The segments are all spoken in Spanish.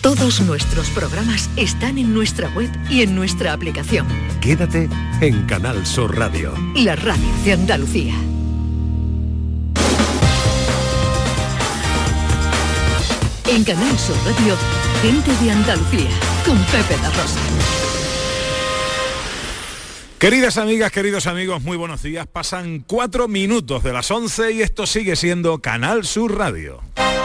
Todos nuestros programas están en nuestra web y en nuestra aplicación. Quédate en Canal Sur Radio. La radio de Andalucía. En Canal Sur Radio, Gente de Andalucía, con Pepe da Rosa. Queridas amigas, queridos amigos, muy buenos días. Pasan 4 minutos de las 11 y esto sigue siendo Canal Sur Radio.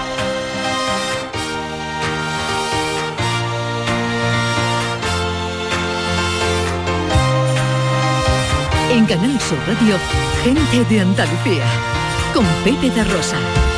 En Canal Sur Radio, Gente de Andalucía, con Pepe da Rosa.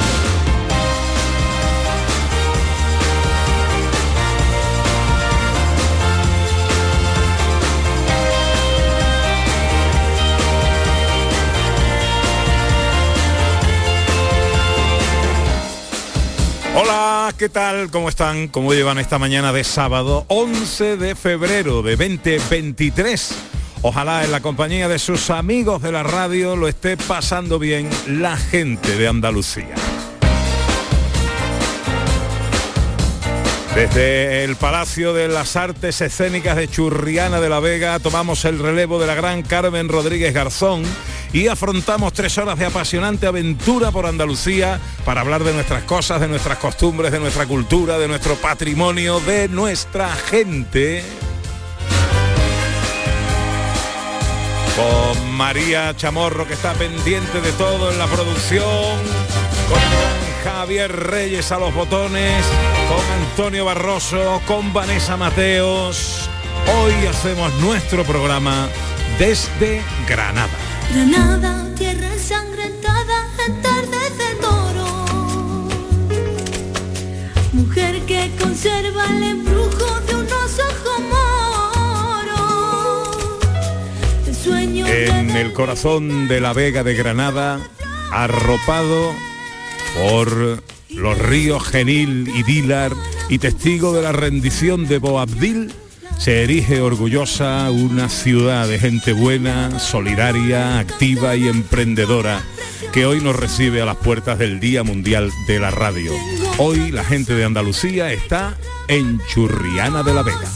Hola, ¿qué tal? ¿Cómo están? ¿Cómo llevan esta mañana de sábado 11 de febrero de 2023? Ojalá en la compañía de sus amigos de la radio lo esté pasando bien la gente de Andalucía. Desde el Palacio de las Artes Escénicas de Churriana de la Vega tomamos el relevo de la gran Carmen Rodríguez Garzón y afrontamos 3 horas de apasionante aventura por Andalucía para hablar de nuestras cosas, de nuestras costumbres, de nuestra cultura, de nuestro patrimonio, de nuestra gente. Con María Chamorro, que está pendiente de todo en la producción, con Javier Reyes a los botones, con Antonio Barroso, con Vanessa Mateos. Hoy hacemos nuestro programa desde Granada. Granada, tierra ensangrentada en tardes de toro, mujer que conserva el embrujo de unos ojos moros, el sueño en el corazón de la Vega de Granada, arropado por los ríos Genil y Dílar y testigo de la rendición de Boabdil, se erige orgullosa una ciudad de gente buena, solidaria, activa y emprendedora, que hoy nos recibe a las puertas del Día Mundial de la Radio. Hoy la gente de Andalucía está en Churriana de la Vega.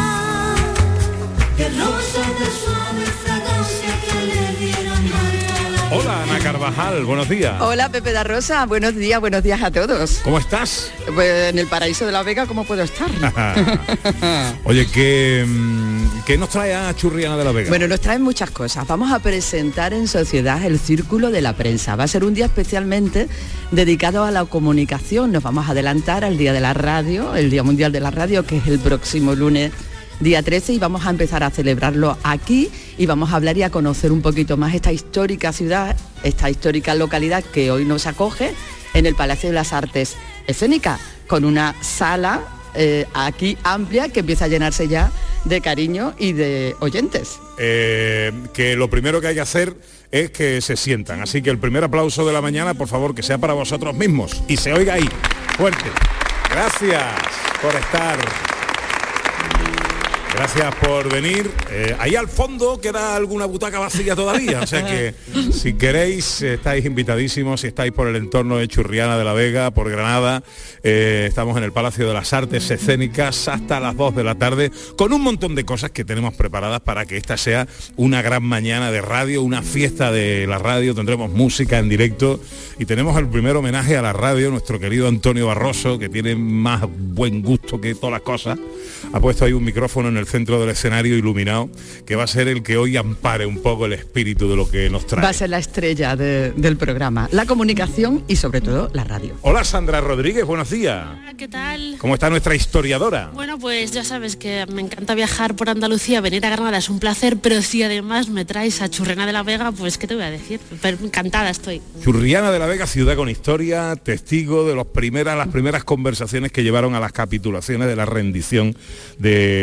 Hola Ana Carvajal, buenos días. Hola Pepe da Rosa, buenos días a todos. ¿Cómo estás? Pues en el paraíso de la Vega, ¿cómo puedo estar? Oye, ¿qué nos trae a Churriana de la Vega? Bueno, nos traen muchas cosas. Vamos a presentar en sociedad el Círculo de la Prensa. Va a ser un día especialmente dedicado a la comunicación. Nos vamos a adelantar al Día de la Radio, el Día Mundial de la Radio, que es el próximo lunes día 13, y vamos a empezar a celebrarlo aquí y vamos a hablar y a conocer un poquito más esta histórica ciudad, esta histórica localidad que hoy nos acoge en el Palacio de las Artes Escénicas, con una sala aquí amplia que empieza a llenarse ya de cariño y de oyentes. Que lo primero que hay que hacer es que se sientan, así que el primer aplauso de la mañana, por favor, que sea para vosotros mismos y se oiga ahí, fuerte. Gracias por estar. Gracias por venir. Ahí al fondo queda alguna butaca vacía todavía, o sea que si queréis estáis invitadísimos, si estáis por el entorno de Churriana de la Vega, por Granada. Estamos en el Palacio de las Artes Escénicas hasta las 2 de la tarde con un montón de cosas que tenemos preparadas para que esta sea una gran mañana de radio, una fiesta de la radio. Tendremos música en directo y tenemos el primer homenaje a la radio, nuestro querido Antonio Barroso, que tiene más buen gusto que todas las cosas. Ha puesto ahí un micrófono en el centro del escenario iluminado, que va a ser el que hoy ampare un poco el espíritu de lo que nos trae. Va a ser la estrella del programa, la comunicación y sobre todo la radio. Hola Sandra Rodríguez, buenos días. Hola, ¿qué tal? ¿Cómo está nuestra historiadora? Bueno, pues ya sabes que me encanta viajar por Andalucía, venir a Granada es un placer, pero si además me traes a Churriana de la Vega, pues ¿qué te voy a decir? Pero encantada estoy. Churriana de la Vega, ciudad con historia, testigo de las primeras conversaciones que llevaron a las capitulaciones de la rendición de Granada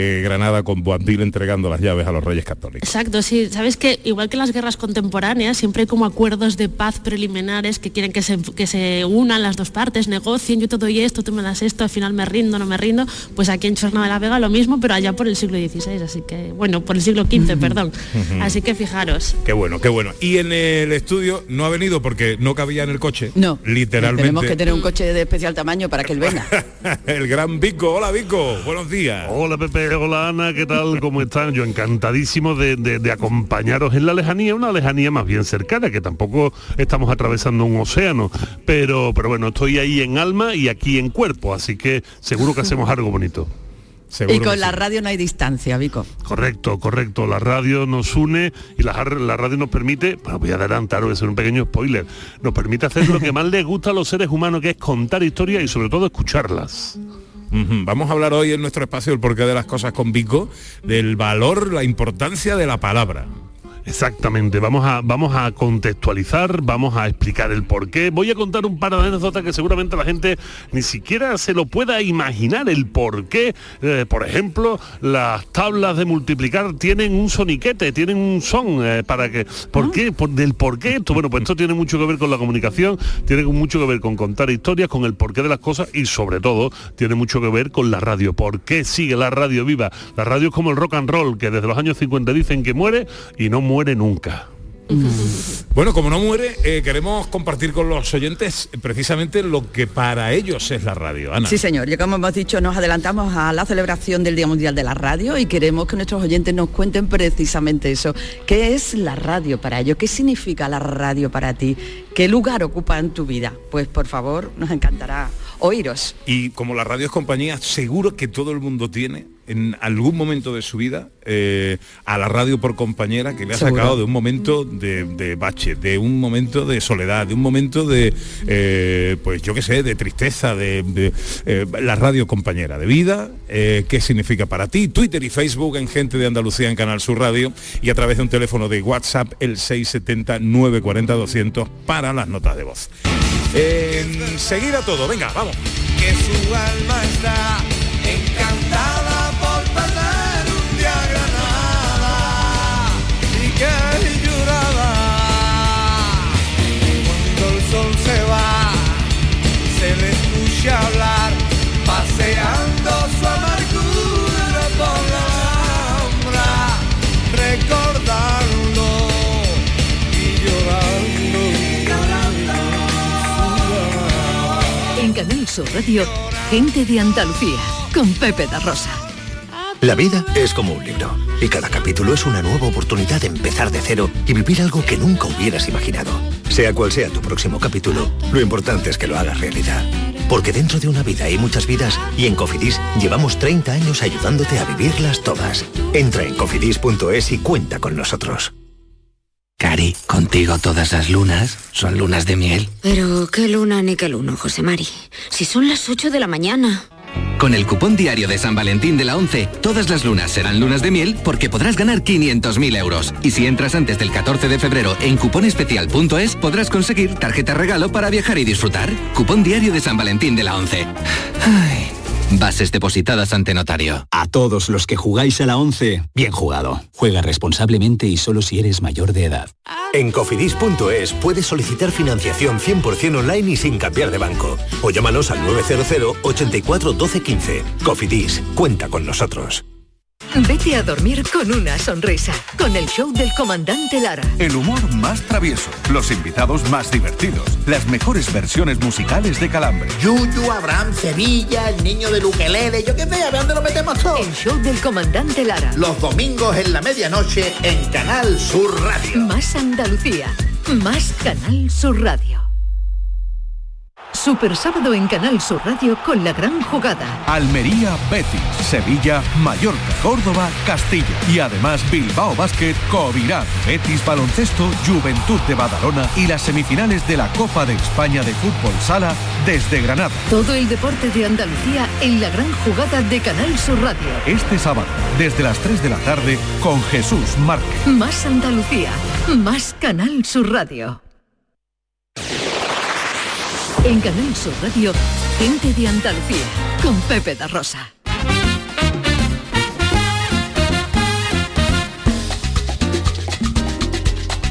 Granada con Boabdil entregando las llaves a los Reyes Católicos. Exacto, sí. Sabes que igual que en las guerras contemporáneas, siempre hay como acuerdos de paz preliminares que quieren que se unan las dos partes, negocien, yo te doy esto, tú me das esto, al final me rindo, no me rindo. Pues aquí en Chorna de la Vega lo mismo, pero allá por el siglo XVI, así que, bueno, por el siglo XV, perdón. Así que fijaros. Qué bueno, qué bueno. Y en el estudio no ha venido porque no cabía en el coche. No, literalmente. Tenemos que tener un coche de especial tamaño para que él venga. El gran Vico. Hola, Vico. Buenos días. Hola, Pepe. Hola, Ana. ¿Qué tal? ¿Cómo están? Yo encantadísimo de acompañaros en la lejanía, una lejanía más bien cercana, que tampoco estamos atravesando un océano, pero bueno, estoy ahí en alma y aquí en cuerpo, así que seguro que hacemos algo bonito. Seguro y con la sí. radio no hay distancia, Vico. Correcto. La radio nos une y la radio nos permite, bueno, voy a adelantar, voy a hacer un pequeño spoiler, nos permite hacer lo que más les gusta a los seres humanos, que es contar historias y sobre todo escucharlas. Vamos a hablar hoy en nuestro espacio El porqué de las cosas con Vico, del valor, la importancia de la palabra. Exactamente, vamos a contextualizar, vamos a explicar el porqué. Voy a contar un par de anécdotas que seguramente la gente ni siquiera se lo pueda imaginar el porqué. Por ejemplo, las tablas de multiplicar tienen un soniquete, tienen un son para que... ¿Por qué? ¿Del porqué esto? Bueno, pues esto tiene mucho que ver con la comunicación, tiene mucho que ver con contar historias, con el porqué de las cosas y sobre todo tiene mucho que ver con la radio. ¿Por qué sigue la radio viva? La radio es como el rock and roll, que desde los años 50 dicen que muere y no muere nunca. Bueno, como no muere, queremos compartir con los oyentes precisamente lo que para ellos es la radio. Ana. Sí, señor. Ya como hemos dicho, nos adelantamos a la celebración del Día Mundial de la Radio y queremos que nuestros oyentes nos cuenten precisamente eso. ¿Qué es la radio para ellos? ¿Qué significa la radio para ti? ¿Qué lugar ocupa en tu vida? Pues por favor, nos encantará oíros. Y como la radio es compañía, seguro que todo el mundo tiene en algún momento de su vida a la radio por compañera, que le ha Seguro. sacado de un momento de bache, de un momento de soledad, de un momento de, pues yo qué sé, de tristeza, de la radio compañera de vida. ¿Qué significa para ti? Twitter y Facebook en Gente de Andalucía en Canal Sur Radio y a través de un teléfono de WhatsApp el 670-940-200 para las notas de voz. Enseguida todo, venga, vamos. Que su alma está encantada por perder un día a Granada y que lloraba cuando el sol se va, se le escucha hablar paseando su amargura por la Alhambra, recordando y llorando. En Canal Sur Radio, Gente de Andalucía, con Pepe da Rosa. La vida es como un libro y cada capítulo es una nueva oportunidad de empezar de cero y vivir algo que nunca hubieras imaginado. Sea cual sea tu próximo capítulo, lo importante es que lo hagas realidad. Porque dentro de una vida hay muchas vidas y en Cofidis llevamos 30 años ayudándote a vivirlas todas. Entra en cofidis.es y cuenta con nosotros. Cari, contigo todas las lunas son lunas de miel. Pero qué luna ni qué luno, José Mari. Si son las 8 de la mañana. Con el cupón diario de San Valentín de la 11, todas las lunas serán lunas de miel porque podrás ganar 500.000 euros. Y si entras antes del 14 de febrero en cuponespecial.es, podrás conseguir tarjeta regalo para viajar y disfrutar. Cupón diario de San Valentín de la 11. Ay. Bases depositadas ante notario. A todos los que jugáis a la 11, bien jugado. Juega responsablemente y solo si eres mayor de edad. En cofidis.es puedes solicitar financiación 100% online y sin cambiar de banco. O llámanos al 900 84 12 15. Cofidis, cuenta con nosotros. Vete a dormir con una sonrisa, con el show del comandante Lara. El humor más travieso, los invitados más divertidos, las mejores versiones musicales de Calambre. Yuyu, Abraham, Sevilla, el niño del ukelele, yo qué sé, a ver dónde lo metemos todo. El show del comandante Lara. Los domingos en la medianoche en Canal Sur Radio. Más Andalucía, más Canal Sur Radio. Super sábado en Canal Sur Radio con la gran jugada. Almería, Betis, Sevilla, Mallorca, Córdoba, Castilla. Y además Bilbao Basket, Covirán, Betis Baloncesto, Juventud de Badalona y las semifinales de la Copa de España de Fútbol Sala desde Granada. Todo el deporte de Andalucía en la gran jugada de Canal Sur Radio. Este sábado, desde las 3 de la tarde, con Jesús Márquez. Más Andalucía, más Canal Sur Radio. En Canal Sur Radio, Gente de Andalucía, con Pepe da Rosa.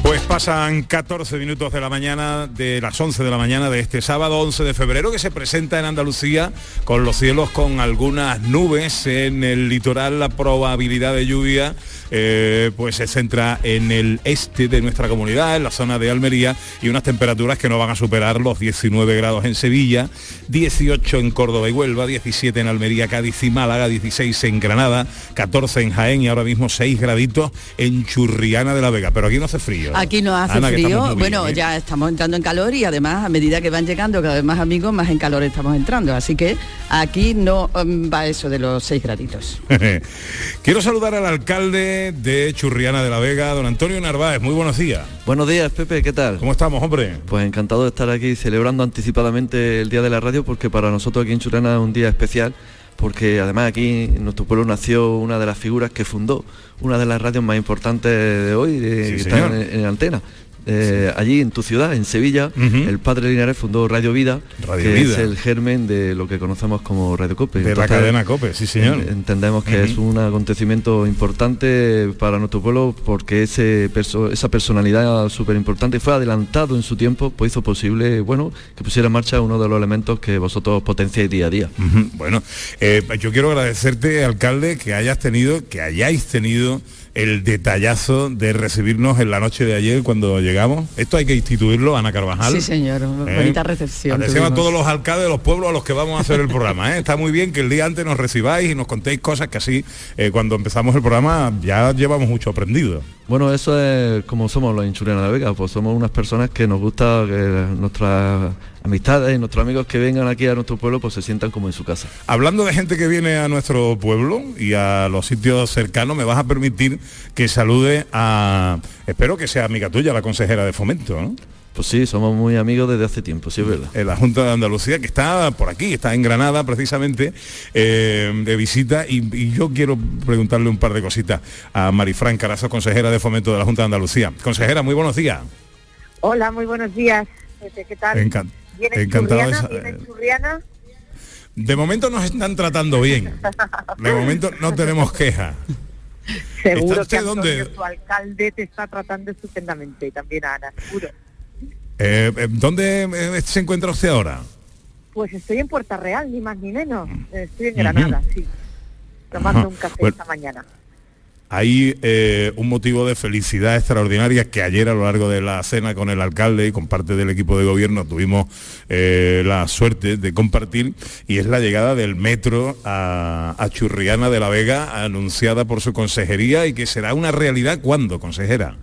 Pues pasan 14 minutos de la mañana, de las 11 de la mañana de este sábado 11 de febrero, que se presenta en Andalucía con los cielos con algunas nubes en el litoral. La probabilidad de lluvia pues se centra en el este de nuestra comunidad, en la zona de Almería, y unas temperaturas que no van a superar los 19 grados en Sevilla, 18 en Córdoba y Huelva, 17 en Almería, Cádiz y Málaga, 16 en Granada, 14 en Jaén y ahora mismo 6 graditos en Churriana de la Vega. Pero aquí no hace frío. Aquí no hace Ana, frío, bueno, ya estamos entrando en calor y además a medida que van llegando cada vez más amigos, más en calor estamos entrando, así que aquí no va eso de los 6 graditos. Quiero saludar al alcalde de Churriana de la Vega, don Antonio Narváez. Muy buenos días. Buenos días, Pepe, ¿qué tal? ¿Cómo estamos, hombre? Pues encantado de estar aquí celebrando anticipadamente el Día de la Radio, porque para nosotros aquí en Churriana es un día especial, porque además aquí en nuestro pueblo nació una de las figuras que fundó una de las radios más importantes de hoy, que está en antena. Allí en tu ciudad, en Sevilla, el padre Linares fundó Radio Vida, es el germen de lo que conocemos como Radio Cope. De la cadena Cope, sí señor. Entendemos que es un acontecimiento importante para nuestro pueblo, porque esa personalidad súper importante fue adelantado en su tiempo, pues hizo posible, bueno, que pusiera en marcha uno de los elementos que vosotros potenciáis día a día. Bueno, yo quiero agradecerte, alcalde, que hayáis tenido el detallazo de recibirnos en la noche de ayer cuando llegamos. Esto hay que instituirlo, Ana Carvajal. Sí, señor, bonita recepción. Atención a todos los alcaldes de los pueblos a los que vamos a hacer el programa, ¿eh? Está muy bien que el día antes nos recibáis y nos contéis cosas que así, cuando empezamos el programa, ya llevamos mucho aprendido. Bueno, eso es como somos los en Churriana de la Vega, pues somos unas personas que nos gusta que nuestras amistades y nuestros amigos que vengan aquí a nuestro pueblo pues se sientan como en su casa. Hablando de gente que viene a nuestro pueblo y a los sitios cercanos, me vas a permitir que salude a, espero que sea amiga tuya, la consejera de Fomento, ¿no? Pues sí, somos muy amigos desde hace tiempo, sí es verdad. En la Junta de Andalucía, que está por aquí, está en Granada precisamente, de visita, y yo quiero preguntarle un par de cositas a Marifran Carazo, consejera de Fomento de la Junta de Andalucía. Consejera, muy buenos días. Hola, muy buenos días. ¿Qué tal? Encantado ¿Viene Churriana? De momento nos están tratando bien. De momento no tenemos quejas. Seguro que Antonio, tu alcalde, te está tratando estupendamente, y también a Ana, seguro. ¿Dónde se encuentra usted ahora? Pues estoy en Puerta Real, ni más ni menos. Estoy en Granada, sí. Tomando un café esta mañana. Hay un motivo de felicidad extraordinaria que ayer a lo largo de la cena con el alcalde y con parte del equipo de gobierno tuvimos la suerte de compartir, y es la llegada del metro a Churriana de la Vega, anunciada por su consejería, y que será una realidad. ¿Cuándo, consejera?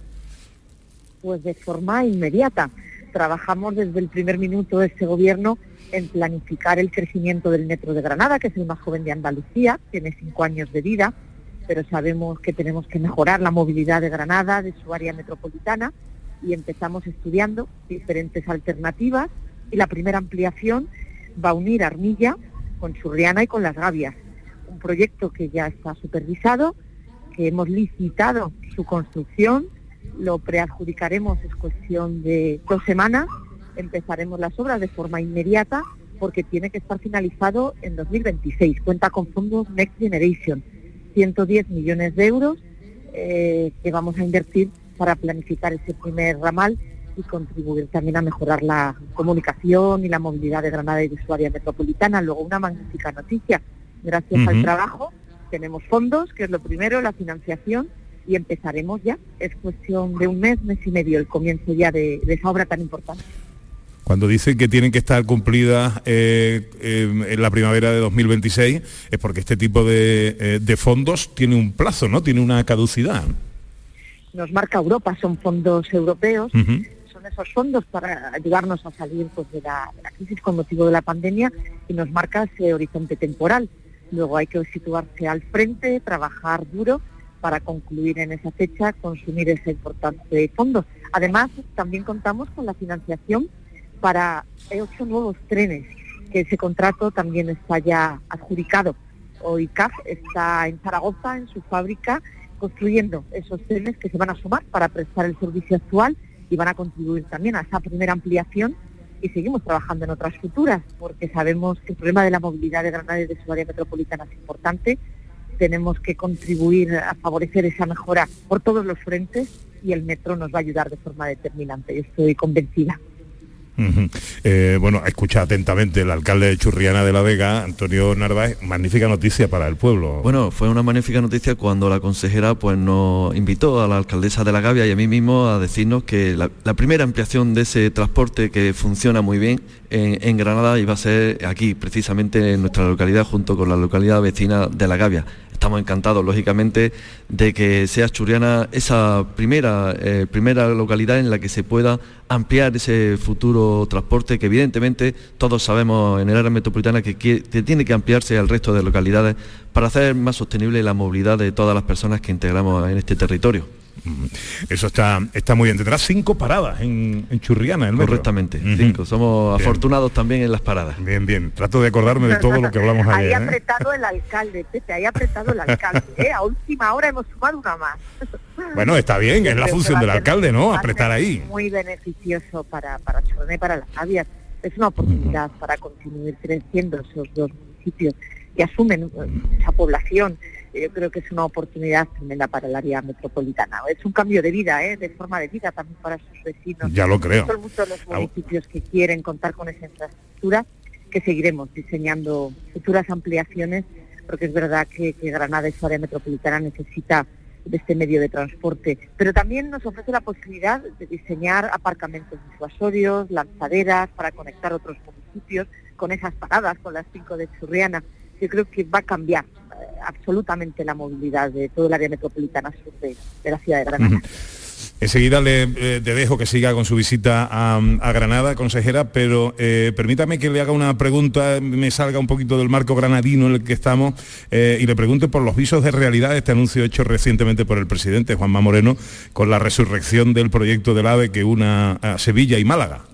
Pues de forma inmediata. Trabajamos desde el primer minuto de este gobierno en planificar el crecimiento del metro de Granada, que es el más joven de Andalucía, tiene 5 años de vida, pero sabemos que tenemos que mejorar la movilidad de Granada, de su área metropolitana, y empezamos estudiando diferentes alternativas, y la primera ampliación va a unir Armilla con Churriana y con Las Gavias, un proyecto que ya está supervisado, que hemos licitado su construcción, lo preadjudicaremos, es cuestión de 2 semanas, empezaremos las obras de forma inmediata, porque tiene que estar finalizado en 2026, cuenta con fondos Next Generation, 110 millones de euros que vamos a invertir para planificar ese primer ramal y contribuir también a mejorar la comunicación y la movilidad de Granada y de su área metropolitana. Luego, una magnífica noticia, gracias al trabajo tenemos fondos, que es lo primero, la financiación, y empezaremos ya, es cuestión de un mes y medio, el comienzo ya de esa obra tan importante. Cuando dicen que tienen que estar cumplidas en la primavera de 2026, es porque este tipo de fondos tiene un plazo, ¿no? Tiene una caducidad. Nos marca Europa, son fondos europeos, son esos fondos para ayudarnos a salir pues, de la crisis con motivo de la pandemia, y nos marca ese horizonte temporal. Luego hay que situarse al frente, trabajar duro para concluir en esa fecha, consumir ese importante fondo. Además, también contamos con la financiación para 8 nuevos trenes, que ese contrato también está ya adjudicado. Hoy CAF está en Zaragoza, en su fábrica, construyendo esos trenes que se van a sumar para prestar el servicio actual y van a contribuir también a esa primera ampliación, y seguimos trabajando en otras futuras, porque sabemos que el problema de la movilidad de Granada y de su área metropolitana es importante. Tenemos que contribuir a favorecer esa mejora por todos los frentes, y el metro nos va a ayudar de forma determinante. Yo estoy convencida. Bueno, escucha atentamente el alcalde de Churriana de la Vega, Antonio Narváez. Magnífica noticia para el pueblo. Bueno, fue una magnífica noticia cuando la consejera pues nos invitó a la alcaldesa de La Gavia y a mí mismo a decirnos que la primera ampliación de ese transporte, que funciona muy bien en Granada, iba a ser aquí, precisamente en nuestra localidad, junto con la localidad vecina de La Gavia. Estamos encantados, lógicamente, de que sea Churriana esa primera localidad en la que se pueda ampliar ese futuro transporte, que evidentemente todos sabemos en el área metropolitana que tiene que ampliarse al resto de localidades para hacer más sostenible la movilidad de todas las personas que integramos en este territorio. Eso está muy bien. Tendrás 5 paradas en Churriana, el metro. Correctamente, 5. Somos bien afortunados también en las paradas. Bien. Trato de acordarme de todo lo que hablamos ayer. Ahí ha apretado el alcalde, Pepe, A última hora hemos sumado una más. Bueno, está bien, es la función del alcalde, ¿no? Apretar ahí. Muy beneficioso para Churriana y para Las Gavias. Es una oportunidad para continuar creciendo esos 2 municipios que asumen esa población. Yo creo que es una oportunidad tremenda para el área metropolitana. Es un cambio de vida, de forma de vida también para sus vecinos. Ya lo creo. Son muchos los municipios que quieren contar con esa infraestructura, que seguiremos diseñando futuras ampliaciones, porque es verdad que Granada y su área metropolitana necesita de este medio de transporte. Pero también nos ofrece la posibilidad de diseñar aparcamentos disuasorios, lanzaderas, para conectar otros municipios con esas paradas, con las 5 de Churriana. Yo creo que va a cambiar absolutamente la movilidad de todo el área metropolitana sur de la ciudad de Granada. Enseguida le dejo que siga con su visita a Granada, consejera, pero permítame que le haga una pregunta, me salga un poquito del marco granadino en el que estamos y le pregunte por los visos de realidad de este anuncio hecho recientemente por el presidente Juanma Moreno con la resurrección del proyecto del AVE que una a Sevilla y Málaga.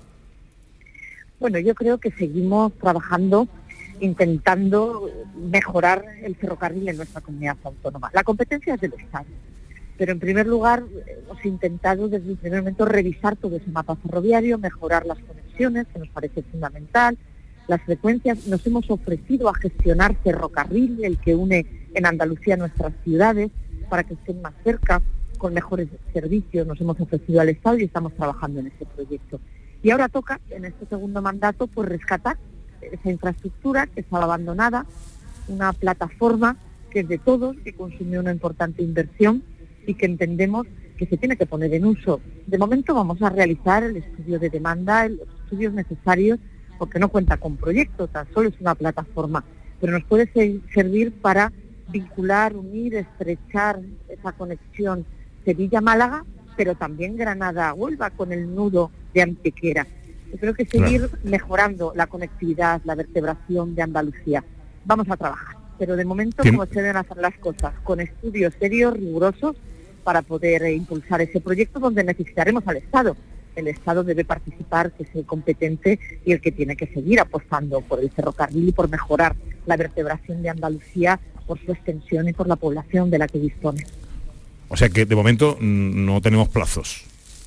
Bueno, yo creo que seguimos trabajando intentando mejorar el ferrocarril en nuestra comunidad autónoma. La competencia es del Estado, pero en primer lugar hemos intentado desde el primer momento revisar todo ese mapa ferroviario, mejorar las conexiones, que nos parece fundamental, las frecuencias. Nos hemos ofrecido a gestionar ferrocarril, el que une en Andalucía nuestras ciudades, para que estén más cerca, con mejores servicios. Nos hemos ofrecido al Estado y estamos trabajando en ese proyecto. Y ahora toca, en este segundo mandato, pues rescatar esa infraestructura que estaba abandonada, una plataforma que es de todos, que consume una importante inversión y que entendemos que se tiene que poner en uso. De momento vamos a realizar el estudio de demanda, los estudios necesarios, porque no cuenta con proyectos, tan solo es una plataforma, pero nos puede servir para vincular, unir, estrechar esa conexión Sevilla-Málaga, pero también Granada-Huelva con el nudo de Antequera. Yo creo que seguir mejorando la conectividad, la vertebración de Andalucía. Vamos a trabajar, pero de momento como se deben hacer las cosas, con estudios serios, rigurosos, para poder impulsar ese proyecto donde necesitaremos al Estado. El Estado debe participar, que es el competente y el que tiene que seguir apostando por el ferrocarril y por mejorar la vertebración de Andalucía, por su extensión y por la población de la que dispone. O sea que de momento no tenemos plazos.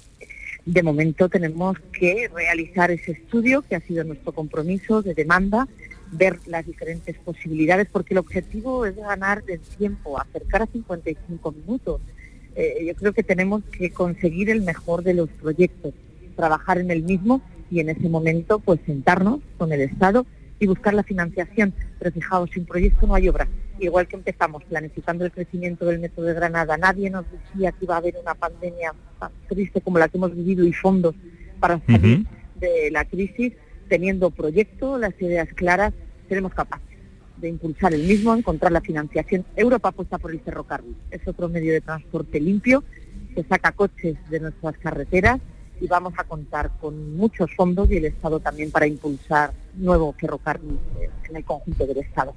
De momento tenemos que realizar ese estudio, que ha sido nuestro compromiso de demanda, ver las diferentes posibilidades, porque el objetivo es ganar del tiempo, acercar a 55 minutos. Yo creo que tenemos que conseguir el mejor de los proyectos, trabajar en el mismo y en ese momento pues sentarnos con el Estado y buscar la financiación. Pero fijaos, sin proyecto no hay obra. Igual que empezamos planificando el crecimiento del metro de Granada, nadie nos decía que iba a haber una pandemia tan triste como la que hemos vivido y fondos para salir de la crisis. Teniendo proyecto, las ideas claras, seremos capaces de impulsar el mismo, encontrar la financiación. Europa apuesta por el ferrocarril, es otro medio de transporte limpio que saca coches de nuestras carreteras y vamos a contar con muchos fondos y el Estado también para impulsar nuevo ferrocarril en el conjunto del Estado.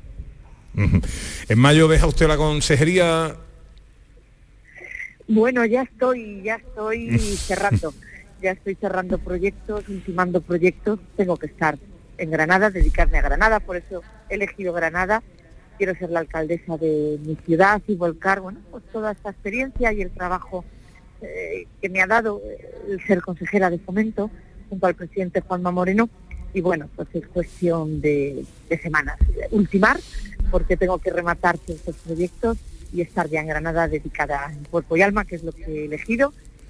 En mayo deja usted la consejería. Bueno, ya estoy cerrando. Ya estoy cerrando proyectos, ultimando proyectos. Tengo que estar en Granada, dedicarme a Granada, por eso he elegido Granada. Quiero ser la alcaldesa de mi ciudad y volcar, pues toda esta experiencia y el trabajo que me ha dado el ser consejera de Fomento junto al presidente Juanma Moreno. Y bueno, pues es cuestión de semanas. Ultimar, porque tengo que rematar ciertos proyectos y estar ya en Granada dedicada en cuerpo y alma, que es lo que he elegido,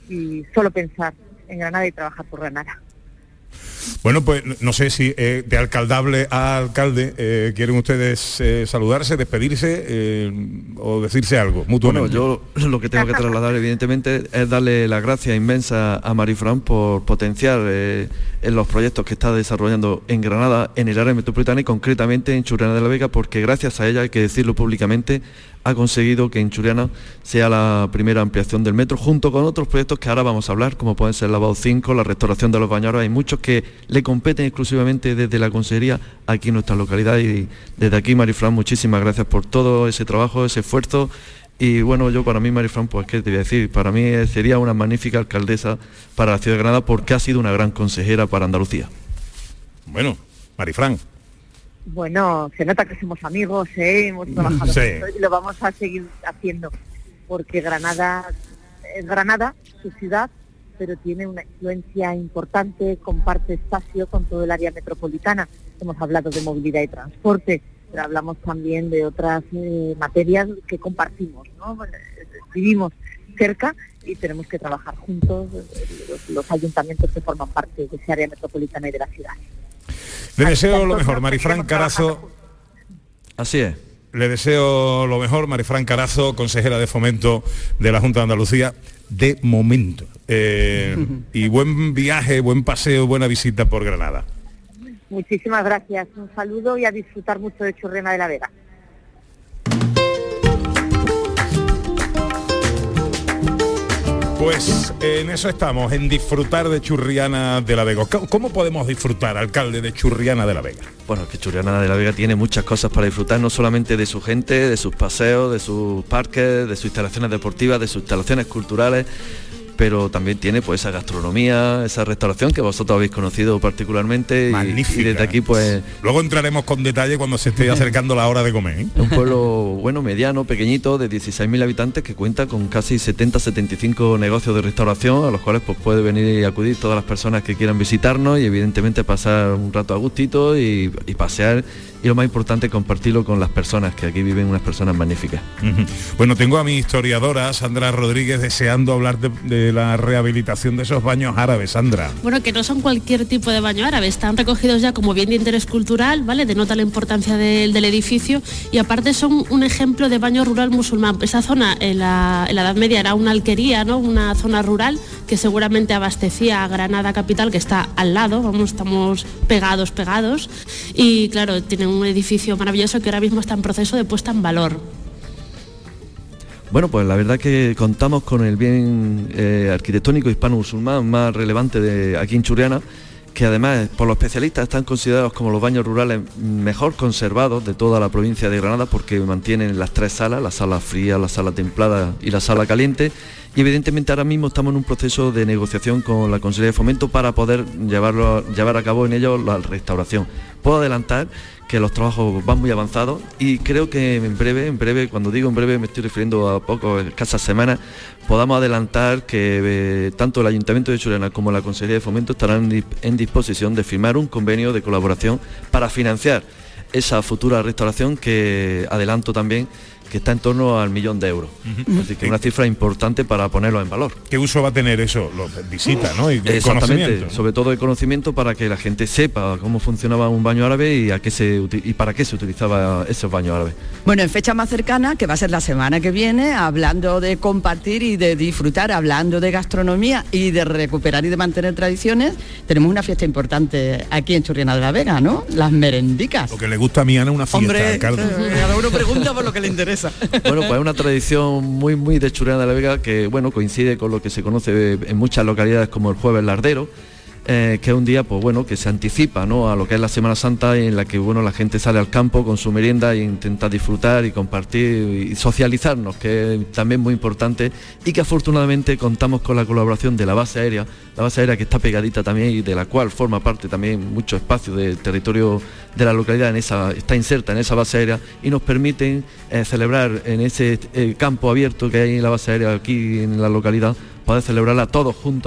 y solo pensar en Granada y trabajar por Granada. Bueno, pues no sé si de alcaldable a alcalde quieren ustedes saludarse, despedirse o decirse algo mutuamente. Bueno, yo lo que tengo que trasladar evidentemente es darle las gracias inmensas a Marifran por potenciar en los proyectos que está desarrollando en Granada, en el área metropolitana y concretamente en Churriana de la Vega, porque gracias a ella, hay que decirlo públicamente, ha conseguido que en Churriana sea la primera ampliación del metro, junto con otros proyectos que ahora vamos a hablar, como pueden ser el lavado 5, la restauración de los baños. Ahora hay muchos que le competen exclusivamente desde la Consejería aquí en nuestra localidad, y desde aquí, Marifran, muchísimas gracias por todo ese trabajo, ese esfuerzo. Y bueno, yo para mí, Marifran, pues qué te voy a decir, para mí sería una magnífica alcaldesa para la ciudad de Granada, porque ha sido una gran consejera para Andalucía. Bueno, Marifran. Bueno, se nota que somos amigos, hemos trabajado juntos y lo vamos a seguir haciendo, porque Granada es Granada, su ciudad, pero tiene una influencia importante, comparte espacio con todo el área metropolitana. Hemos hablado de movilidad y transporte, pero hablamos también de otras materias que compartimos, ¿no? Vivimos cerca y tenemos que trabajar juntos los ayuntamientos que forman parte de ese área metropolitana y de la ciudad. Le deseo lo mejor, Marifran Carazo. Así es. Le deseo lo mejor, Marifran Carazo, consejera de Fomento de la Junta de Andalucía, de momento. Y buen viaje, buen paseo, buena visita por Granada. Muchísimas gracias, un saludo y a disfrutar mucho de Churriana de la Vega. Pues en eso estamos, en disfrutar de Churriana de la Vega. ¿Cómo podemos disfrutar, alcalde, de Churriana de la Vega? Bueno, que Churriana de la Vega tiene muchas cosas para disfrutar, no solamente de su gente, de sus paseos, de sus parques, de sus instalaciones deportivas, de sus instalaciones culturales, pero también tiene pues esa gastronomía, esa restauración que vosotros habéis conocido particularmente. Magnífica. Y desde aquí pues... Luego entraremos con detalle cuando se esté acercando la hora de comer, ¿eh? Un pueblo bueno, mediano, pequeñito, de 16.000 habitantes, que cuenta con casi 70-75 negocios de restauración, a los cuales pues puede venir y acudir todas las personas que quieran visitarnos y evidentemente pasar un rato a gustito y pasear. Y lo más importante, compartirlo con las personas, que aquí viven unas personas magníficas. Bueno, tengo a mi historiadora, Sandra Rodríguez, deseando hablar de la rehabilitación de esos baños árabes. Sandra. Bueno, que no son cualquier tipo de baño árabe, están recogidos ya como bien de interés cultural, ¿vale? Denota la importancia del edificio, y aparte son un ejemplo de baño rural musulmán. Esa zona en la Edad Media era una alquería, ¿no? Una zona rural que seguramente abastecía a Granada capital, que está al lado, vamos, estamos pegados, y claro, tienen un edificio maravilloso que ahora mismo está en proceso de puesta en valor. Bueno, pues la verdad que contamos con el bien arquitectónico hispano-musulmán más relevante de aquí en Churriana, que además por los especialistas están considerados como los baños rurales mejor conservados de toda la provincia de Granada, porque mantienen las tres salas, la sala fría, la sala templada y la sala caliente. Y evidentemente ahora mismo estamos en un proceso de negociación con la Consejería de Fomento para poder llevar a cabo en ello la restauración. Puedo adelantar que los trabajos van muy avanzados y creo que en breve, cuando digo en breve me estoy refiriendo a escasas semanas, podamos adelantar que tanto el Ayuntamiento de Churriana como la Consejería de Fomento estarán en disposición de firmar un convenio de colaboración para financiar esa futura restauración, que adelanto también que está en torno al 1 millón de euros. Así que una cifra importante para ponerlo en valor. ¿Qué uso va a tener eso? Visita, ¿no? Y exactamente, sobre todo de conocimiento, para que la gente sepa cómo funcionaba un baño árabe y para qué se utilizaba esos baños árabes. Bueno, en fecha más cercana, que va a ser la semana que viene, hablando de compartir y de disfrutar, hablando de gastronomía y de recuperar y de mantener tradiciones, tenemos una fiesta importante aquí en Churriana de la Vega, ¿no? Las merendicas. Lo que le gusta a mi Ana, una fiesta. Hombre, cada uno pregunta por lo que le interesa. Bueno, pues es una tradición muy de Churriana de la Vega, que bueno, coincide con lo que se conoce en muchas localidades como el Jueves Lardero, que es un día pues bueno, que se anticipa, ¿no?, a lo que es la Semana Santa, en la que bueno, la gente sale al campo con su merienda e intenta disfrutar y compartir y socializarnos, que es también muy importante, y que afortunadamente contamos con la colaboración de la base aérea que está pegadita también y de la cual forma parte también mucho espacio del territorio de la localidad, está inserta en esa base aérea, y nos permiten celebrar en ese campo abierto que hay en la base aérea aquí en la localidad, poder celebrarla todos juntos